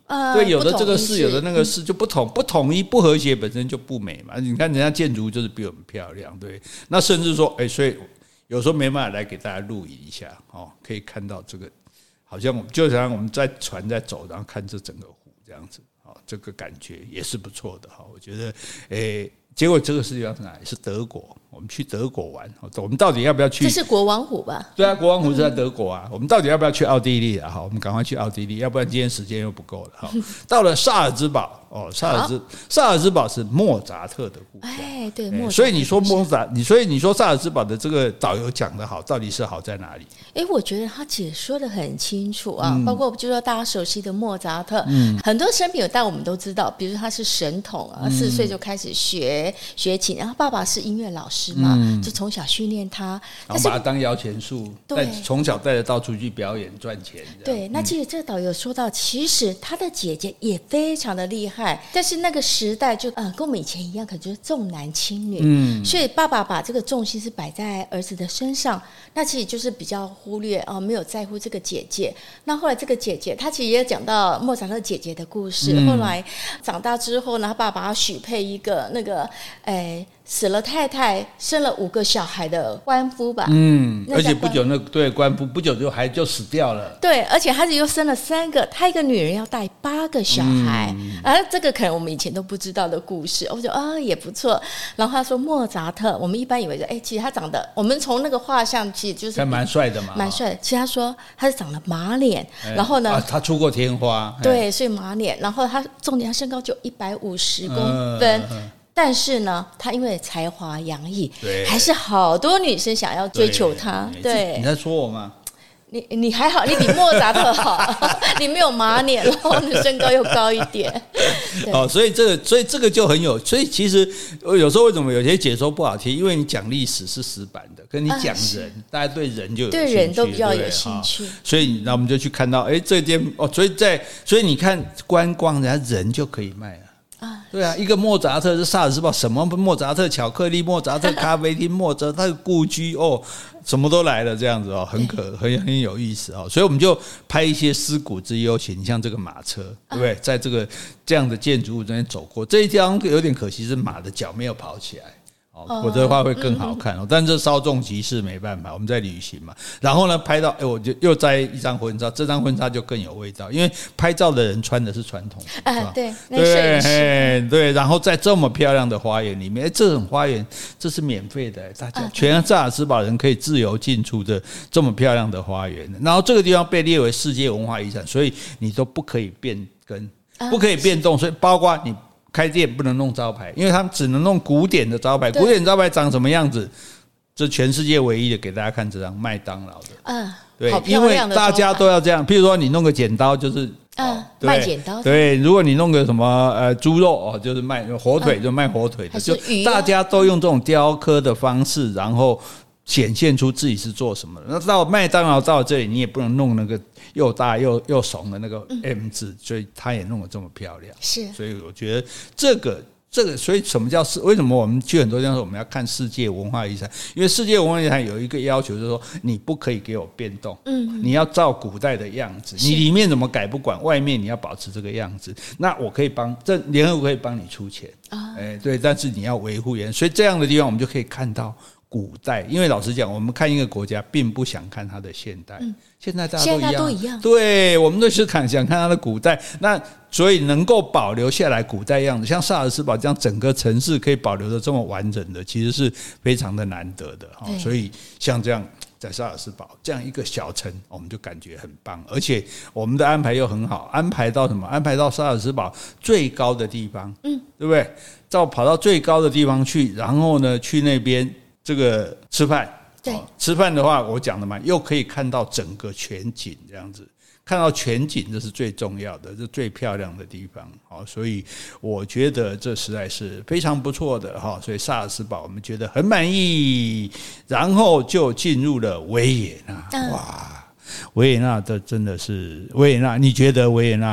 呃，
对，有的这个是，有的那个
嗯
是，就不统不统一不和谐本身就不美嘛。你看人家建筑就是比我们漂亮，对，那甚至说，哎，所以有时候没办法来给大家录影一下哦，可以看到这个，好像我们就像我们在船在走，然后看这整个湖这样子，哦，这个感觉也是不错的哈。我觉得，哎。结果这个是要是哪里？是德国。我们去德国玩，我们到底要不要去？
这是国王湖吧？
对啊，国王湖是在德国啊。我们到底要不要去奥地利啊？好，我们赶快去奥地利，要不然今天时间又不够了。好，到了萨尔兹堡哦，萨尔兹萨尔兹堡是莫扎特的故乡。
哎，对，莫扎特。
所以你说莫扎，你所以你说萨尔兹堡的这个导游讲的好，到底是好在哪里？
哎，我觉得他解说的很清楚啊，嗯、包括就说大家熟悉的莫扎特，嗯，很多生平，但我们都知道，比如说他是神童啊，四、嗯、岁就开始学学琴，然后爸爸是音乐老师嘛，嗯、就从小训练他，
然后把他当摇钱树，带从小带着到处去表演赚钱。
对，那其实这个导游说到，其实他的姐姐也非常的厉害，但是那个时代就呃跟我们以前一样，可能就是重男轻女，嗯，所以爸爸把这个重心是摆在儿子的身上，那其实就是比较忽略啊、呃，没有在乎这个姐姐。那后来这个姐姐，她其实也讲到莫扎特姐姐的故事。嗯、后来长大之后呢，他爸爸许配一个那个，哎。死了太太，生了五个小孩的官夫吧，
嗯，而且不久那对官夫不久就还就死掉了，
对，而且他又生了三个，他一个女人要带八个小孩，嗯、而这个可能我们以前都不知道的故事，我觉得啊、哦、也不错。然后他说莫扎特，我们一般以为说，哎，其实他长得，我们从那个画像其实就是
还蛮帅的嘛，
蛮帅的。其实他说他是长了马脸，哎、然后呢、
啊，他出过天花，
对，所以马脸，然后他重点他身高就一百五十公分。嗯嗯但是呢，他因为才华洋溢，还是好多女生想要追求他。对，
对你在说我吗？
你你还好，你比莫扎特好，你没有马脸，然后你身高又高一点。
哦，所以这个，所以这个就很有，所以其实有时候为什么有些解说不好听？因为你讲历史是死板的，跟你讲人，啊、大家对人就有兴趣，
对人都比较有兴趣。
所以那我们就去看到，哎，这件哦，所以在所以你看观光，人家人就可以卖了。对啊，一个莫扎特是萨尔茨堡，什么莫扎特巧克力、莫扎特咖啡厅、莫扎特故居哦，什么都来了，这样子哦，很可很很有意思哦。所以我们就拍一些思古之幽情，像这个马车，对不对？在这个这样的建筑物中间走过，这一张有点可惜是马的脚没有跑起来。哦，否则的话会更好看哦。但这稍纵即逝，没办法，我们在旅行嘛。然后呢，拍到哎，我就又摘一张婚纱，这张婚纱就更有味道，因为拍照的人穿的是传统服
啊，对，
对，对。然后在这么漂亮的花园里面，这种花园这是免费的，大家全萨尔茨堡人可以自由进出的这么漂亮的花园。然后这个地方被列为世界文化遗产，所以你都不可以变更，不可以变动，所以包括你。开店不能弄招牌，因为他们只能弄古典的招牌。古典招牌长什么样子？这全世界唯一的，给大家看这张麦当劳的。
嗯，
对，因为大家都要这样。譬如说，你弄个剪刀，就是
嗯，卖剪刀。
对，如果你弄个什么呃猪肉哦，就是卖火腿，就卖火腿的。就大家都用这种雕刻的方式，然后显现出自己是做什么的。那到麦当劳到这里，你也不能弄那个又大又又怂的那个 M 字，嗯、所以他也弄得这么漂亮。
是，
所以我觉得这个这个，所以什么叫世？为什么我们去很多地方说我们要看世界文化遗产？因为世界文化遗产有一个要求，就是说你不可以给我变动，嗯，你要照古代的样子，你里面怎么改不管，外面你要保持这个样子。那我可以帮这联合国可以帮你出钱啊，哎，对，但是你要维护原，所以这样的地方我们就可以看到。古代，因为老实讲，我们看一个国家，并不想看它的现代。嗯、现在大家都一样，
都一样。
对，我们都是看想看它的古代。那所以能够保留下来古代样子，像萨尔茨堡这样整个城市可以保留的这么完整的，其实是非常的难得的。所以像这样在萨尔茨堡这样一个小城，我们就感觉很棒，而且我们的安排又很好，安排到什么？安排到萨尔茨堡最高的地方，嗯，对不对？照跑到最高的地方去，然后呢，去那边。这个吃饭，
对，
吃饭的话，我讲的嘛，又可以看到整个全景，这样子看到全景，这是最重要的，这最漂亮的地方。好，所以我觉得这实在是非常不错的哈。所以萨尔茨堡我们觉得很满意，然后就进入了维也纳。哇，维也纳这真的是维也纳，你觉得维也纳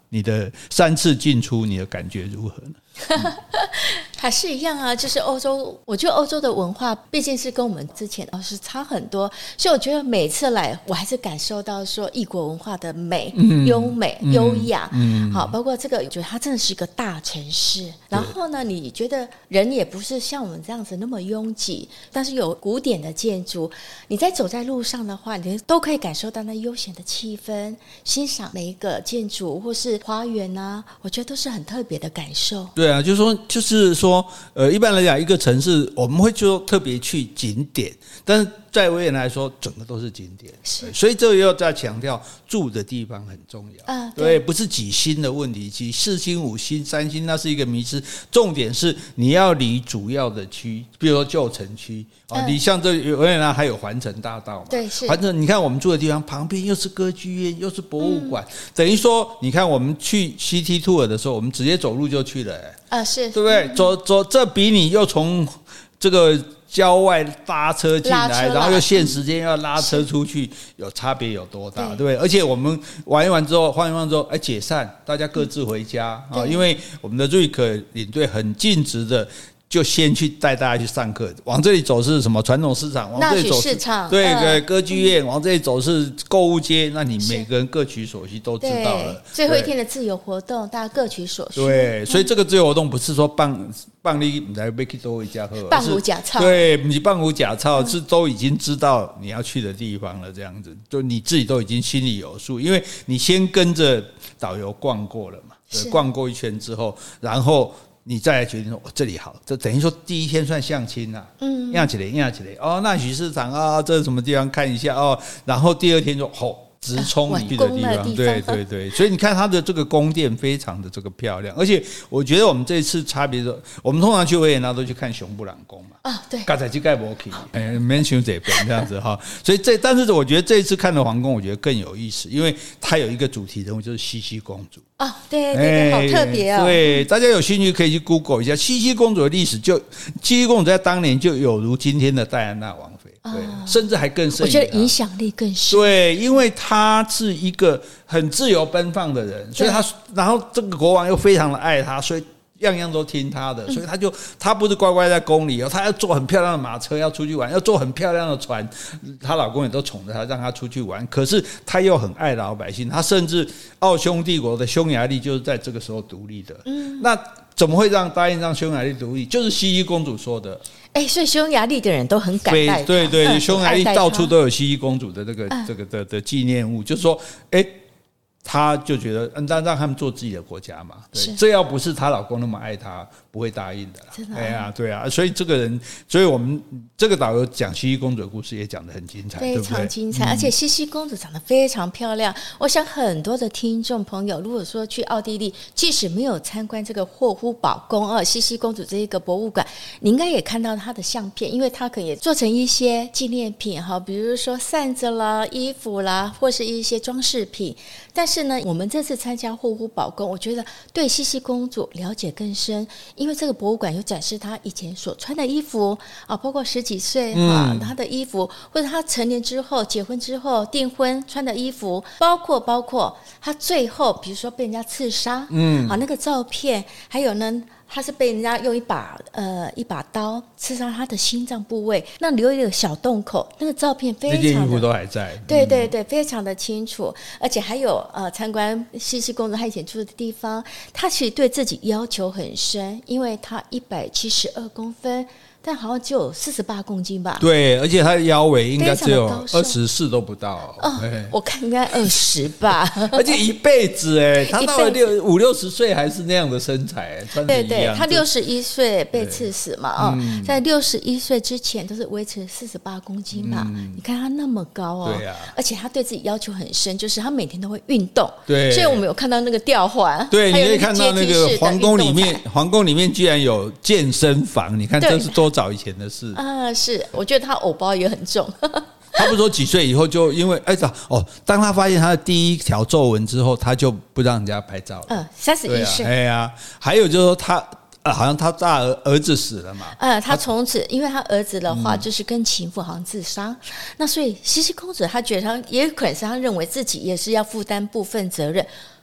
你的三次进出，你的感觉如何呢？嗯
还是一样啊，就是欧洲，我觉得欧洲的文化毕竟是跟我们之前哦是差很多，所以我觉得每次来，我还是感受到说异国文化的美、嗯、优美、嗯、优雅，嗯，好，包括这个，我觉得它真的是一个大城市。然后呢，你觉得人也不是像我们这样子那么拥挤，但是有古典的建筑，你在走在路上的话，你都可以感受到那悠闲的气氛，欣赏每一个建筑或是花园啊，我觉得都是很特别的感受。
对啊，就是说，就是说。说呃，一般来讲，一个城市我们会就特别去景点，但是在维也纳来说，整个都是景点，所以这又在强调住的地方很重要。啊、对, 对，不是几星的问题，几四星、五星、三星那是一个迷思。重点是你要离主要的区，比如说旧城区啊，你像这维也纳还有环城大道嘛，
对，是
环城。你看我们住的地方旁边又是歌剧院，又是博物馆，嗯、等于说，你看我们去 City Tour 的时候，我们直接走路就去了、欸。
啊，是，
对不对？走走，这比你又从这个郊外拉车进来，然后又限时间要拉车出去，有差别有多大？对不对？而且我们玩一玩之后，换一换之后，哎，解散，大家各自回家啊，因为我们的瑞克领队很尽职的。就先去带大家去上课，往这里走是什么传统市场，往这里走是
市场，
对对，歌剧院，往这里走是购物街，那你每个人各取所需都知道了。
最后一天的自由活动，大家各取所需。
对，所以这个自由活动不是说办办你不来去都回家喝，
办无假钞，
对，不是办无假钞，是都已经知道你要去的地方了，这样子，就你自己都已经心里有数，因为你先跟着导游逛过了嘛，逛过一圈之后，然后。你再来决定说，哦，这里好，这等于说第一天算相亲啦，嗯，样起来，样起来，哦，那许市场啊，这是什么地方看一下哦，然后第二天就哦。直冲你去的地方，对对对，所以你看它的这个宫殿非常的这个漂亮，而且我觉得我们这次差别是，我们通常去维也纳都去看熊布朗宫嘛，
啊，对，
刚才去盖博去，哎，没想这边这样子哈，所以这但是我觉得这一次看的皇宫，我觉得更有意思，因为它有一个主题人物就是茜茜公主。
哦，对对对，好特别哦！
对，大家有兴趣可以去 Google 一下茜茜公主的历史。就茜茜公主在当年就有如今天的戴安娜王妃，对，哦、甚至还更甚。
我觉得影响力更深。
对，因为她是一个很自由奔放的人，所以她，然后这个国王又非常的爱她，所以。样样都听她的，所以她就她不是乖乖在宫里哦，她要坐很漂亮的马车要出去玩，要坐很漂亮的船，她老公也都宠着她，让她出去玩。可是她又很爱老百姓，她甚至奥匈帝国的匈牙利就是在这个时候独立的。嗯，那怎么会让答应让匈牙利独立？就是茜茜公主说的。
哎、欸，所以匈牙利的人都很感戴她。
对对，嗯、匈牙利到处都有茜茜公主的这个、嗯、这个的的纪念物，就是说，哎、欸。她就觉得，嗯，让让他们做自己的国家嘛。对，这要不是她老公那么爱她，不会答应的啦。真的、啊，哎呀，对啊，所以这个人，所以我们这个导游讲茜茜公主的故事也讲得很精彩，
非常精彩，对对，而且茜茜公主长得非常漂亮。我想很多的听众朋友，如果说去奥地利，即使没有参观这个霍夫堡宫啊，茜茜公主这一个博物馆，你应该也看到她的相片，因为她可以做成一些纪念品哈，比如说扇子啦、衣服啦，或是一些装饰品。但是呢，我们这次参加霍夫堡宫，我觉得对茜茜公主了解更深，因为这个博物馆有展示她以前所穿的衣服啊，包括十几岁啊她的衣服，或者她成年之后、结婚之后、订婚穿的衣服，包括包括她最后比如说被人家刺杀，嗯，啊那个照片，还有呢。他是被人家用一把呃一把刀刺伤他的心脏部位，那留一个小洞口，那个照片非常的，
那件衣服都还在，
对对对，非常的清楚，而且还有呃参观茜茜公主她以前住的地方，她其实对自己要求很深，因为她一百七十二公分。但好像只有四十八公斤吧？
对，而且他的腰围应该只有二十四都不到。
哦，我看应该二十吧。
而且一辈子哎，他到了六五六十岁还是那样的身材，穿着一样。
对对，他六十一岁被刺死嘛，哦，嗯、在六十一岁之前都是维持四十八公斤嘛。嗯、你看他那么高哦，
对啊，
而且他对自己要求很深，就是他每天都会运动。
对，
所以我们有看到那个吊环，
对，你可以看到那个皇宫里面，皇宫里面居然有健身房，你看这是多早以前的事
啊！是，我觉得他偶包也很重。
他不是说几岁以后就因为哎哦，当他发现他的第一条皱纹之后，他就不让人家拍照了。
嗯，三十一岁。
哎呀，还有就是说他呃，好像他大儿儿子死了嘛。
呃，他从此因为他儿子的话就是跟情妇好像自杀，嗯、那所以茜茜公主她觉得她也可能是她认为自己也是要负担部分责任。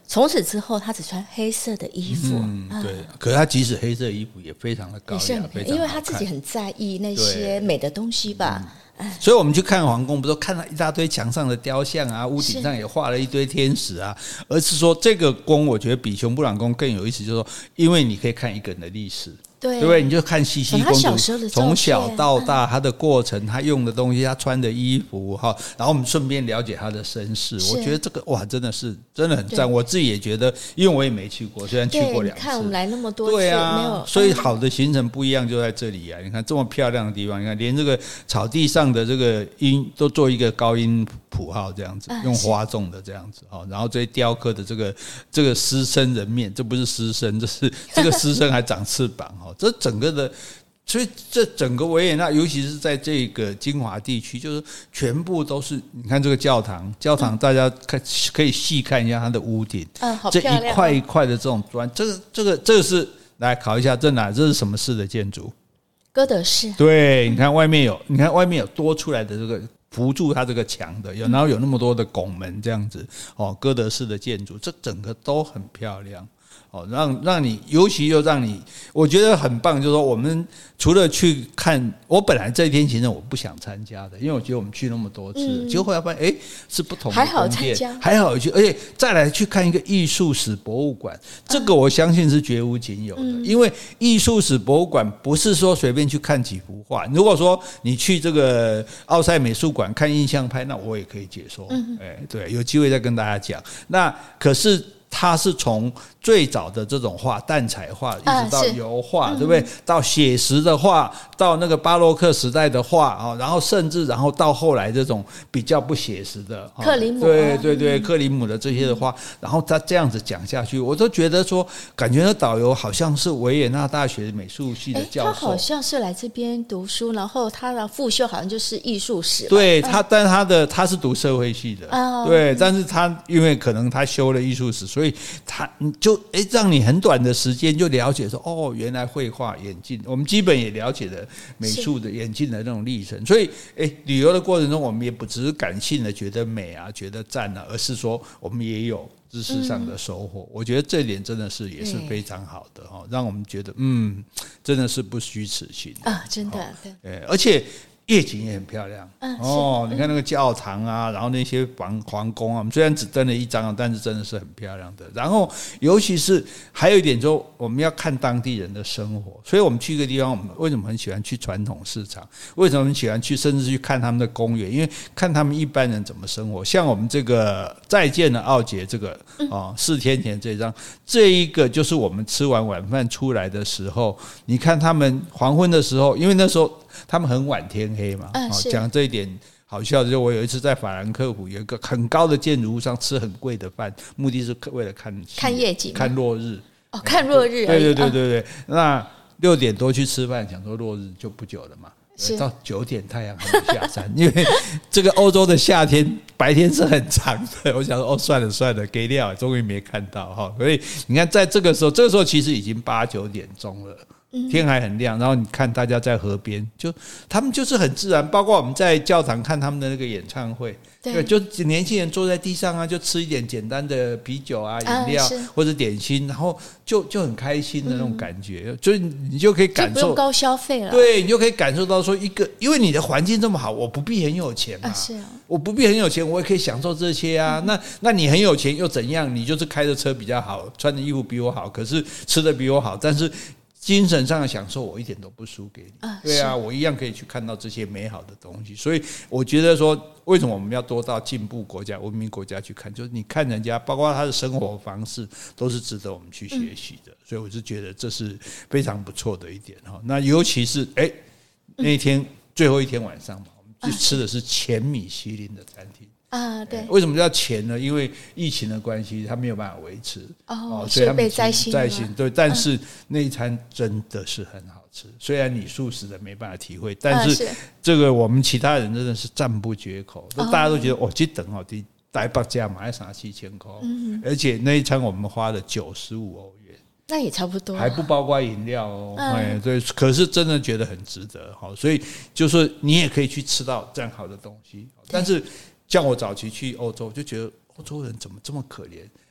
从此之后他只穿黑色的衣服。
嗯，对。可是他即使黑色衣服也非常的高雅，非常好看，
因为他自己很在意那些美的东西吧。
所以我们去看皇宫，不是看到一大堆墙上的雕像啊，屋顶上也画了一堆天使啊，而是说这个宫，我觉得比熊布朗宫更有意思，就是说，因为你可以看一个人的历史。对，对不对？你就看西西公主从小到大她的过程，她用的东西，她穿的衣服哈，然后我们顺便了解她的身世。我觉得这个哇，真的是真的很赞。我自己也觉得，因为我也没去过，虽然去过两次。
你看我们来那么多次，
对啊，
没有。
所以好的行程不一样就在这里啊！你看这么漂亮的地方，你看连这个草地上的这个音都做一个高音谱号这样子，用花种的这样子哈，然后这些雕刻的这个这个狮身人面，这不是狮身，这是这个狮身还长翅膀哈。这整个的，所以这整个维也纳，尤其是在这个精华地区，就是全部都是。你看这个教堂，教堂大家看可以细看一下它的屋顶，
嗯，好
这
漂亮，
一块一块的这种砖，这个这个这个是来考一下，这哪这是什么式的建筑？
哥德式。
对，你看外面有，你看外面有多出来的这个扶住它这个墙的，有然后有那么多的拱门这样子哦，哥德式的建筑，这整个都很漂亮。哦，让让你，尤其又让你，我觉得很棒。就是说，我们除了去看，我本来这一天行程我不想参加的，因为我觉得我们去那么多次，嗯、结果后来发现，哎，是不同的
还好参加，
还好去，而且再来去看一个艺术史博物馆，这个我相信是绝无仅有的。嗯、因为艺术史博物馆不是说随便去看几幅画，如果说你去这个奥赛美术馆看印象派，那我也可以解说。嗯、哎，对，有机会再跟大家讲。那可是。它是从最早的这种画，淡彩画，一直到油画，对不对？到写实的画，到那个巴洛克时代的画啊，然后甚至然后到后来这种比较不写实的
克林姆，
对对对，克林姆的这些的画，然后他这样子讲下去，我都觉得说，感觉那导游好像是维也纳大学美术系的教授，
他好像是来这边读书，然后他的副修好像就是艺术史，
对他，但他的他是读社会系的，对，但是他因为可能他修了艺术史，所以。所以他就哎，让你很短的时间就了解说，哦，原来绘画演进，我们基本也了解了美术的演进的那种历程。所以，哎，旅游的过程中，我们也不只是感性的觉得美啊，觉得赞啊，而是说我们也有知识上的收获。嗯、我觉得这点真的是也是非常好的哈，让我们觉得嗯，真的是不虚此行
啊，真的
对，而且。夜景也很漂亮、嗯、哦，你看那个教堂啊，然后那些皇皇宫啊，我们虽然只登了一张，但是真的是很漂亮的。然后，尤其是还有一点，就我们要看当地人的生活。所以我们去一个地方，我们为什么很喜欢去传统市场？为什么很喜欢去，甚至去看他们的公园？因为看他们一般人怎么生活。像我们这个再见了奥杰这个哦，四天前这张，这一个就是我们吃完晚饭出来的时候，你看他们黄昏的时候，因为那时候。他们很晚天黑嘛，嗯、讲这一点好笑的，就我有一次在法兰克福有一个很高的建筑物上吃很贵的饭，目的是为了看
看夜景、
看落日。
哦，看落日。
对对对对对。啊、那六点多去吃饭，想说落日就不久了嘛，到九点太阳还没下山，因为这个欧洲的夏天白天是很长的。我想说，哦，算了算了，给料，终于没看到哈。所以你看，在这个时候，这个时候其实已经八九点钟了。天还很亮，然后你看大家在河边，就他们就是很自然。包括我们在教堂看他们的那个演唱会，对，就年轻人坐在地上啊，就吃一点简单的啤酒啊、饮料、啊、或者点心，然后就就很开心的那种感觉，嗯、就是你就可以感受，就
不用高消费了。
对，你就可以感受到说，一个因为你的环境这么好，我不必很有钱嘛，啊是啊，我不必很有钱，我也可以享受这些啊。嗯、那那你很有钱又怎样？你就是开的车比较好，穿的衣服比我好，可是吃的比我好，但是。精神上的享受我一点都不输给你、啊、对啊，我一样可以去看到这些美好的东西。所以我觉得说为什么我们要多到进步国家文明国家去看，就是你看人家包括他的生活方式都是值得我们去学习的、嗯、所以我就觉得这是非常不错的一点。那尤其是哎那一天、嗯、最后一天晚上嘛，我们去吃的是前米其林的餐厅
啊，对，
为什么叫前呢？因为疫情的关系，它没有办法维持
哦，所以他们被摘星
摘星对，但是那一餐真的是很好吃。虽然你素食的没办法体会，但是这个我们其他人真的是赞不绝口，大家都觉得哦，这等哦，第台北价买三七千块，而且那一餐我们花了九十五欧元。
那也差不多，
还不包括饮料哦。哎、嗯，对，可是真的觉得很值得哈，所以就是你也可以去吃到这样好的东西，但是。像我早期去欧洲，就觉得欧洲人怎么这么可怜？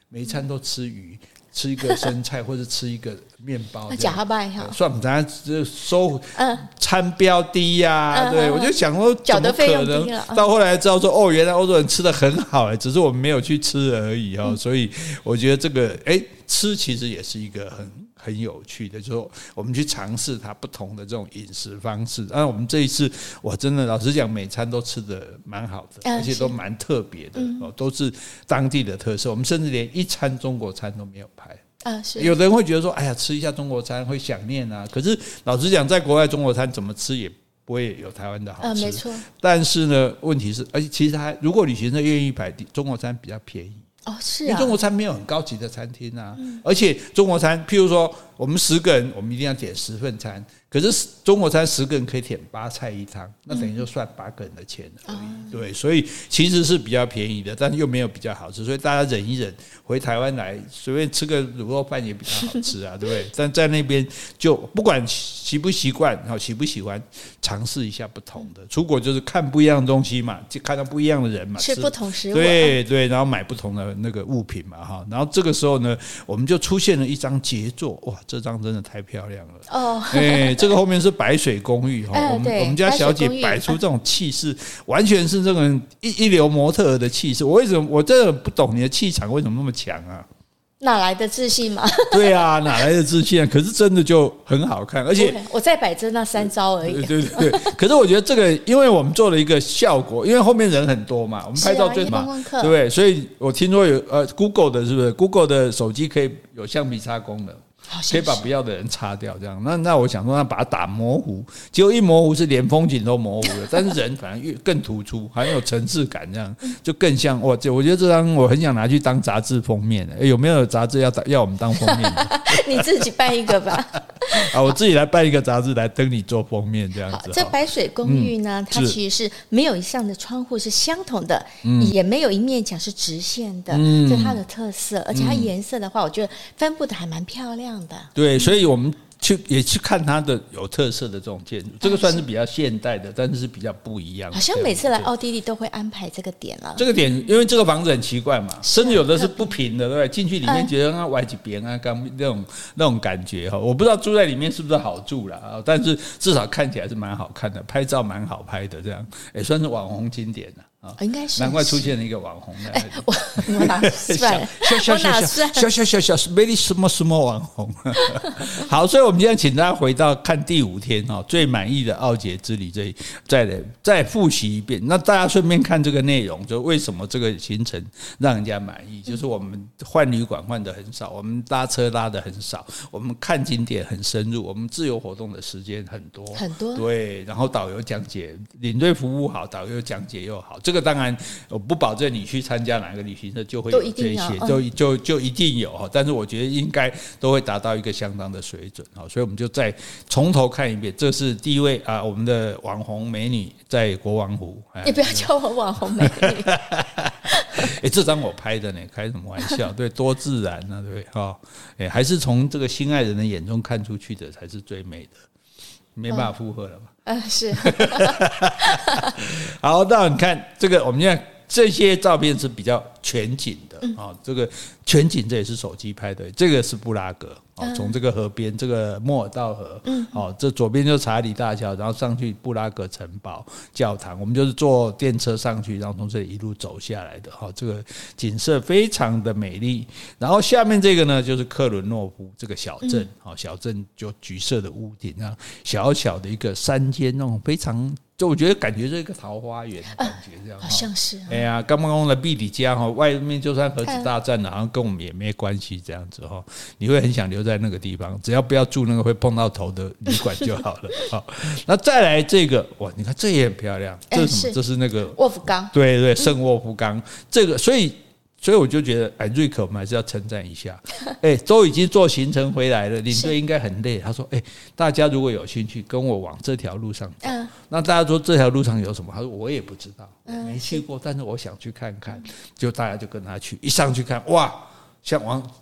每一餐都吃鱼。吃一个生菜或者吃一个面包，
假掰哈，
算不咱收餐标低呀、啊嗯，对我就想说，怎么可能？到后来知道说，哦，原来欧洲人吃的很好、欸，只是我们没有去吃而已哦。嗯、所以我觉得这个，哎、欸，吃其实也是一个很很有趣的，就是说我们去尝试它不同的这种饮食方式。啊，我们这一次，我真的老实讲，每餐都吃的蛮好的，而且都蛮特别的、嗯、哦，都是当地的特色。我们甚至连一餐中国餐都没有拍。
啊、是
有的人会觉得说，哎呀，吃一下中国餐会想念啊。可是老实讲，在国外中国餐怎么吃也不会有台湾的好吃。啊，
没错。
但是呢，问题是，而且其实还如果旅行社愿意摆中国餐比较便宜。
哦，是啊。
因为中国餐没有很高级的餐厅啊，嗯、而且中国餐，譬如说我们十个人，我们一定要点十份餐。可是中国餐十个人可以点八菜一汤，那等于就算八个人的钱而已、嗯、对，所以其实是比较便宜的，但是又没有比较好吃，所以大家忍一忍，回台湾来随便吃个卤肉饭也比较好吃啊，对不对？但在那边就不管习不习惯，好喜不喜欢，尝试一下不同的。出国就是看不一样的东西嘛，就看到不一样的人嘛，
吃不同食物，
对对，然后买不同的那个物品嘛，哈。然后这个时候呢，我们就出现了一张杰作，哇，这张真的太漂亮了哦，哎。这个后面是白水公寓哈、呃，我们我们家小姐摆出这种气势，完全是这种一一流模特儿的气势。我为什么我真的不懂你的气场为什么那么强啊？
哪来的自信嘛？
对啊，哪来的自信啊？可是真的就很好看，而且
我再摆着那三招而已。
对对对，可是我觉得这个，因为我们做了一个效果，因为后面人很多嘛，我们拍照最嘛，对不对？所以我听说有呃 ，Google 的是不是 ？Google 的手机可以有橡皮擦功能。可以把不要的人擦掉，这样那那我想说，那把它打模糊，结果一模糊是连风景都模糊了，但是人反而越更突出，很有层次感，这样就更像哇！我觉得这张我很想拿去当杂志封面的，欸、有没有杂志要要我们当封面的？
你自己办一个吧。
啊，我自己来办一个杂志来登你做封面，这样子。
这白水公寓呢，嗯、它其实是没有以上的窗户是相同的，嗯、也没有一面墙是直线的，嗯、这是它的特色。而且它颜色的话，我觉得分布的还蛮漂亮的。
对，所以我们去也去看它的有特色的这种建筑，这个算是比较现代的，但是是比较不一样的。
好像每次来奥地利都会安排这个点了。
这个点，因为这个房子很奇怪嘛，甚至有的是不平的，对不对？进去里面觉得它歪几边啊，刚那种那种感觉哈。我不知道住在里面是不是好住啦，但是至少看起来是蛮好看的，拍照蛮好拍的，这样也算是网红景点了。
应该是，
难怪出现了一个网红。
哎，我我哪算？
小小小小小小小小 very small small 网红。好，所以我们现在请大家回到看第五天哦，最满意的奥捷之旅这里，再再复习一遍。那大家顺便看这个内容，就为什么这个行程让人家满意？就是我们换旅馆换的很少，我们拉车拉的很少，我们看景点很深入，我们自由活动的时间很多
很多。
对，然后导游讲解，领队服务好，导游讲解又好。这个当然我不保证你去参加哪个旅行社就会有这些，就就就一定有，但是我觉得应该都会达到一个相当的水准，所以我们就再从头看一遍。这是第一位啊，我们的网红美女在国王湖。
你不要叫我网红美女。
欸、这张我拍的呢，开什么玩笑？对，多自然啊，对不对？哦欸、还是从这个心爱人的眼中看出去的才是最美的。没办法附和了吧？
嗯、呃，是。
好，那你看这个，我们现在这些照片是比较全景的啊、嗯哦，这个全景这也是手机拍的，这个是布拉格哦，从这个河边，这个莫尔道河，嗯，哦，这左边就是查理大桥，然后上去布拉格城堡教堂，我们就是坐电车上去，然后从这里一路走下来的，哈、哦，这个景色非常的美丽。然后下面这个呢，就是克伦诺夫这个小镇，哦，小镇就橘色的屋顶啊，小小的一个山间那种非常。就我觉得感觉是一个桃花源的感觉，这样、啊、
好像是、啊。
哎呀，刚刚的碧里家哈，外面就算核子大战了，好像跟我们也没关系，这样子哈，你会很想留在那个地方，只要不要住那个会碰到头的旅馆就好了。好，那再来这个，哇，你看这也很漂亮，这是什么？这是那个
沃夫冈，
对对，圣沃夫冈、嗯、这个，所以。所以我就觉得，哎，瑞克，我们还是要称赞一下。哎，都已经做行程回来了，领队应该很累。他说，哎，大家如果有兴趣，跟我往这条路上走。嗯、那大家说这条路上有什么？他说我也不知道，嗯、没去过，但是我想去看看。就大家就跟他去，一上去看，哇，像往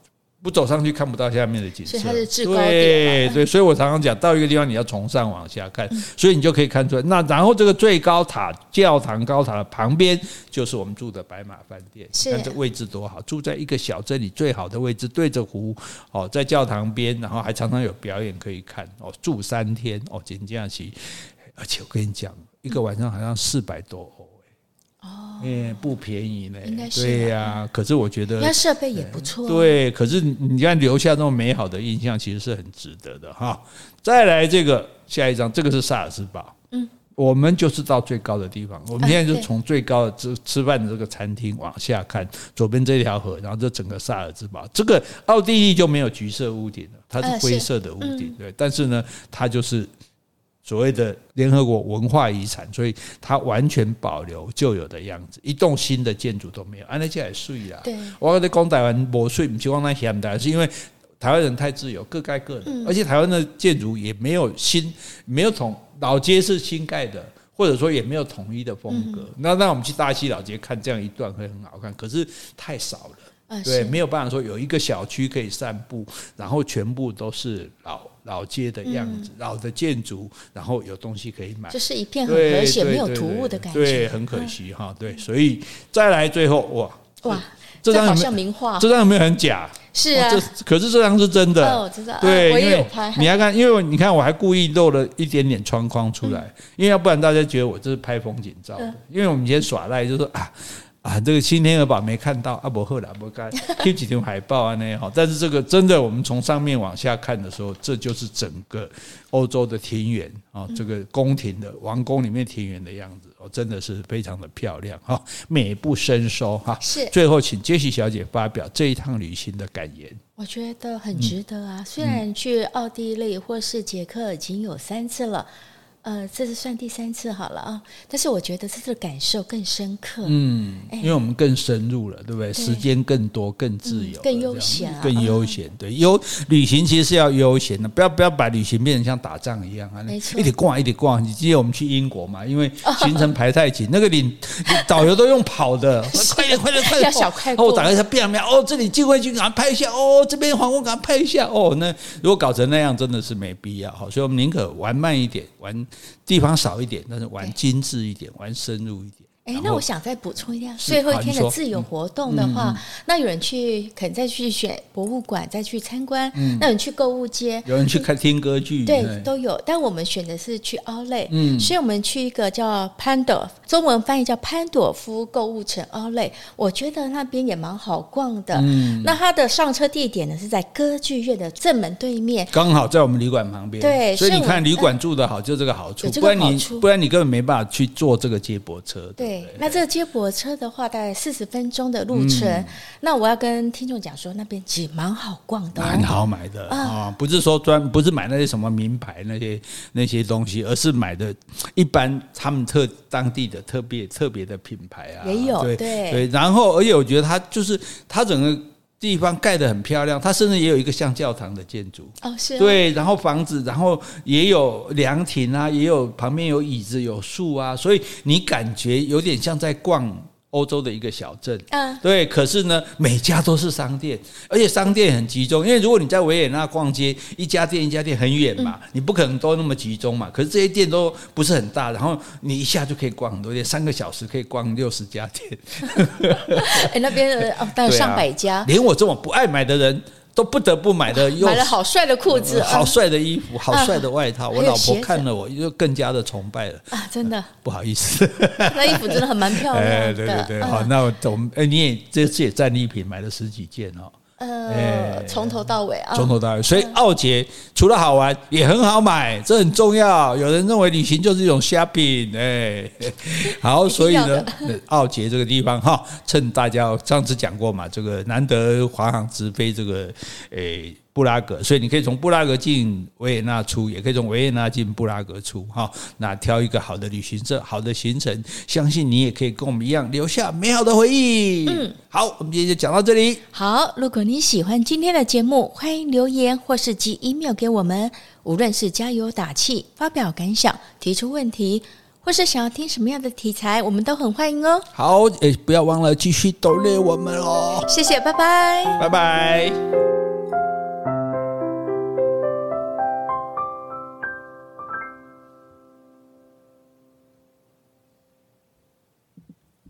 不走上去看不到下面的景色，
所以它是制高点。
对对，所以我常常讲，到一个地方你要从上往下看，嗯、所以你就可以看出来。那然后这个最高塔教堂高塔的旁边就是我们住的白马饭店，看这位置多好，住在一个小镇里最好的位置，对着湖哦，在教堂边，然后还常常有表演可以看哦，住三天哦，真的是，而且我跟你讲，一个晚上好像四百多欧。哦，欸，不便宜呢，
应该是
对呀、啊。可是我觉得，
那设备也不错、啊。
对，可是你看留下那么美好的印象，其实是很值得的哈。再来这个下一张，这个是萨尔茨堡，嗯，我们就是到最高的地方。我们现在就从最高的吃吃饭的这个餐厅往下看，左边这条河，然后这整个萨尔茨堡，这个奥地利就没有橘色屋顶了，它是灰色的屋顶，呃嗯、对，但是呢，它就是所谓的联合国文化遗产，所以它完全保留旧有的样子，一栋新的建筑都没有。安那这也水啦。
对，
我在讲台湾没水，不是讲那嫌台，是因为台湾人太自由，各盖各的，嗯、而且台湾的建筑也没有新，没有统老街是新盖的，或者说也没有统一的风格。嗯、那那我们去大溪老街看这样一段会很好看，可是太少了。啊、对，没有办法说有一个小区可以散步，然后全部都是老老街的样子，嗯、老的建筑，然后有东西可以买，
就是一片很和谐，没有突兀的感觉，
对，很可惜哈。对，所以再来最后，哇
哇，这张好像名画，
这张有没有很假？
是啊，
哦、这可是这张是真的。
哦，我知道，
对，
我也有拍。
你要看，因为你看，我还故意露了一点点窗框出来，嗯、因为要不然大家觉得我这是拍风景照的。嗯、因为我们以前耍赖就说啊。啊，这个新天鹅堡没看到啊，不好啦，不该贴几条海报啊那好，但是这个真的，我们从上面往下看的时候，这就是整个欧洲的庭园啊，这个宫廷的王宫里面庭园的样子哦，真的是非常的漂亮哈，美不胜收哈。
是，
最后请杰西小姐发表这一趟旅行的感言。
我觉得很值得啊，嗯、虽然去奥地利或是捷克已经有三次了。呃，这是算第三次好了啊，但是我觉得这次感受更深刻。嗯，
因为我们更深入了，对不对？对，时间更多，更自由，
嗯、更悠闲、啊，
更悠闲。对，悠旅行其实是要悠闲的，不要不要把旅行变成像打仗一样啊，
没错，
一直逛一直逛。你记得我们去英国嘛？因为行程排太紧，哦、那个领导游都用跑的，快点快点快点，
要小快过。
哦，打开它变变，哦，这里进会去，赶快拍一下。哦，这边皇宫，赶快拍一下。哦，那如果搞成那样，真的是没必要。好，所以我们宁可玩慢一点，玩。地方少一点，但是玩精致一点，玩深入一点。
哎，那我想再补充一下，最后一天的自由活动的话，嗯嗯、那有人去可能再去选博物馆，再去参观；嗯、那有人去购物街，
有人去看听歌剧，
对，都有。但我们选的是去 Outlet，嗯，所以我们去一个叫潘朵，中文翻译叫潘朵夫购物城 Outlet， 我觉得那边也蛮好逛的。嗯，那它的上车地点呢是在歌剧院的正门对面，
刚好在我们旅馆旁边。
对，
所以你看旅馆住得好，就这个好处，
有这个好处，
不然你不然你根本没办法去坐这个接驳车。
对。对，那这个接驳车的话，大概四十分钟的路程。嗯、那我要跟听众讲说，那边其实蛮好逛的、哦，
蛮好买的啊、哦，不是说专不是买那些什么名牌那些那些东西，而是买的一般他们特当地的特别特别的品牌啊，
也有
对
对,
对。然后，而且我觉得它就是它整个地方盖得很漂亮，它甚至也有一个像教堂的建筑
哦，是、啊、
对，然后房子，然后也有凉亭啊，也有旁边有椅子有树啊，所以你感觉有点像在逛欧洲的一个小镇，嗯，对。可是呢，每家都是商店，而且商店很集中。因为如果你在维也纳逛街，一家店一家店很远嘛，嗯、你不可能都那么集中嘛。可是这些店都不是很大，然后你一下就可以逛很多店，三个小时可以逛六十家店。
哎，那边的哦，大概上百家、啊，
连我这种不爱买的人都不得不买的，
买了好帅的裤子、
呃，好帅的衣服，好帅的外套。啊、我老婆看了我就更加的崇拜了
啊！真的，
不好意思，
那衣服真的很蛮漂亮的。
哎、对对对，嗯、好，那我们哎，你也这次也战利品买了十几件哦。
呃，从、欸、头到尾啊，
从头到尾，所以奥捷除了好玩，也很好买，这很重要。有人认为旅行就是一种 shopping， 哎，好，所以呢，奥捷这个地方哈，趁大家上次讲过嘛，这个难得华航直飞这个诶。布拉格，所以你可以从布拉格进维也纳出，也可以从维也纳进布拉格出，哈。那挑一个好的旅行社、好的行程，相信你也可以跟我们一样留下美好的回忆。嗯，好，我们今天就讲到这里。
好，如果你喜欢今天的节目，欢迎留言或是寄 email 给我们。无论是加油打气、发表感想、提出问题，或是想要听什么样的题材，我们都很欢迎哦。
好，也不要忘了继续抖内我们哦。
谢谢，拜拜，
拜拜。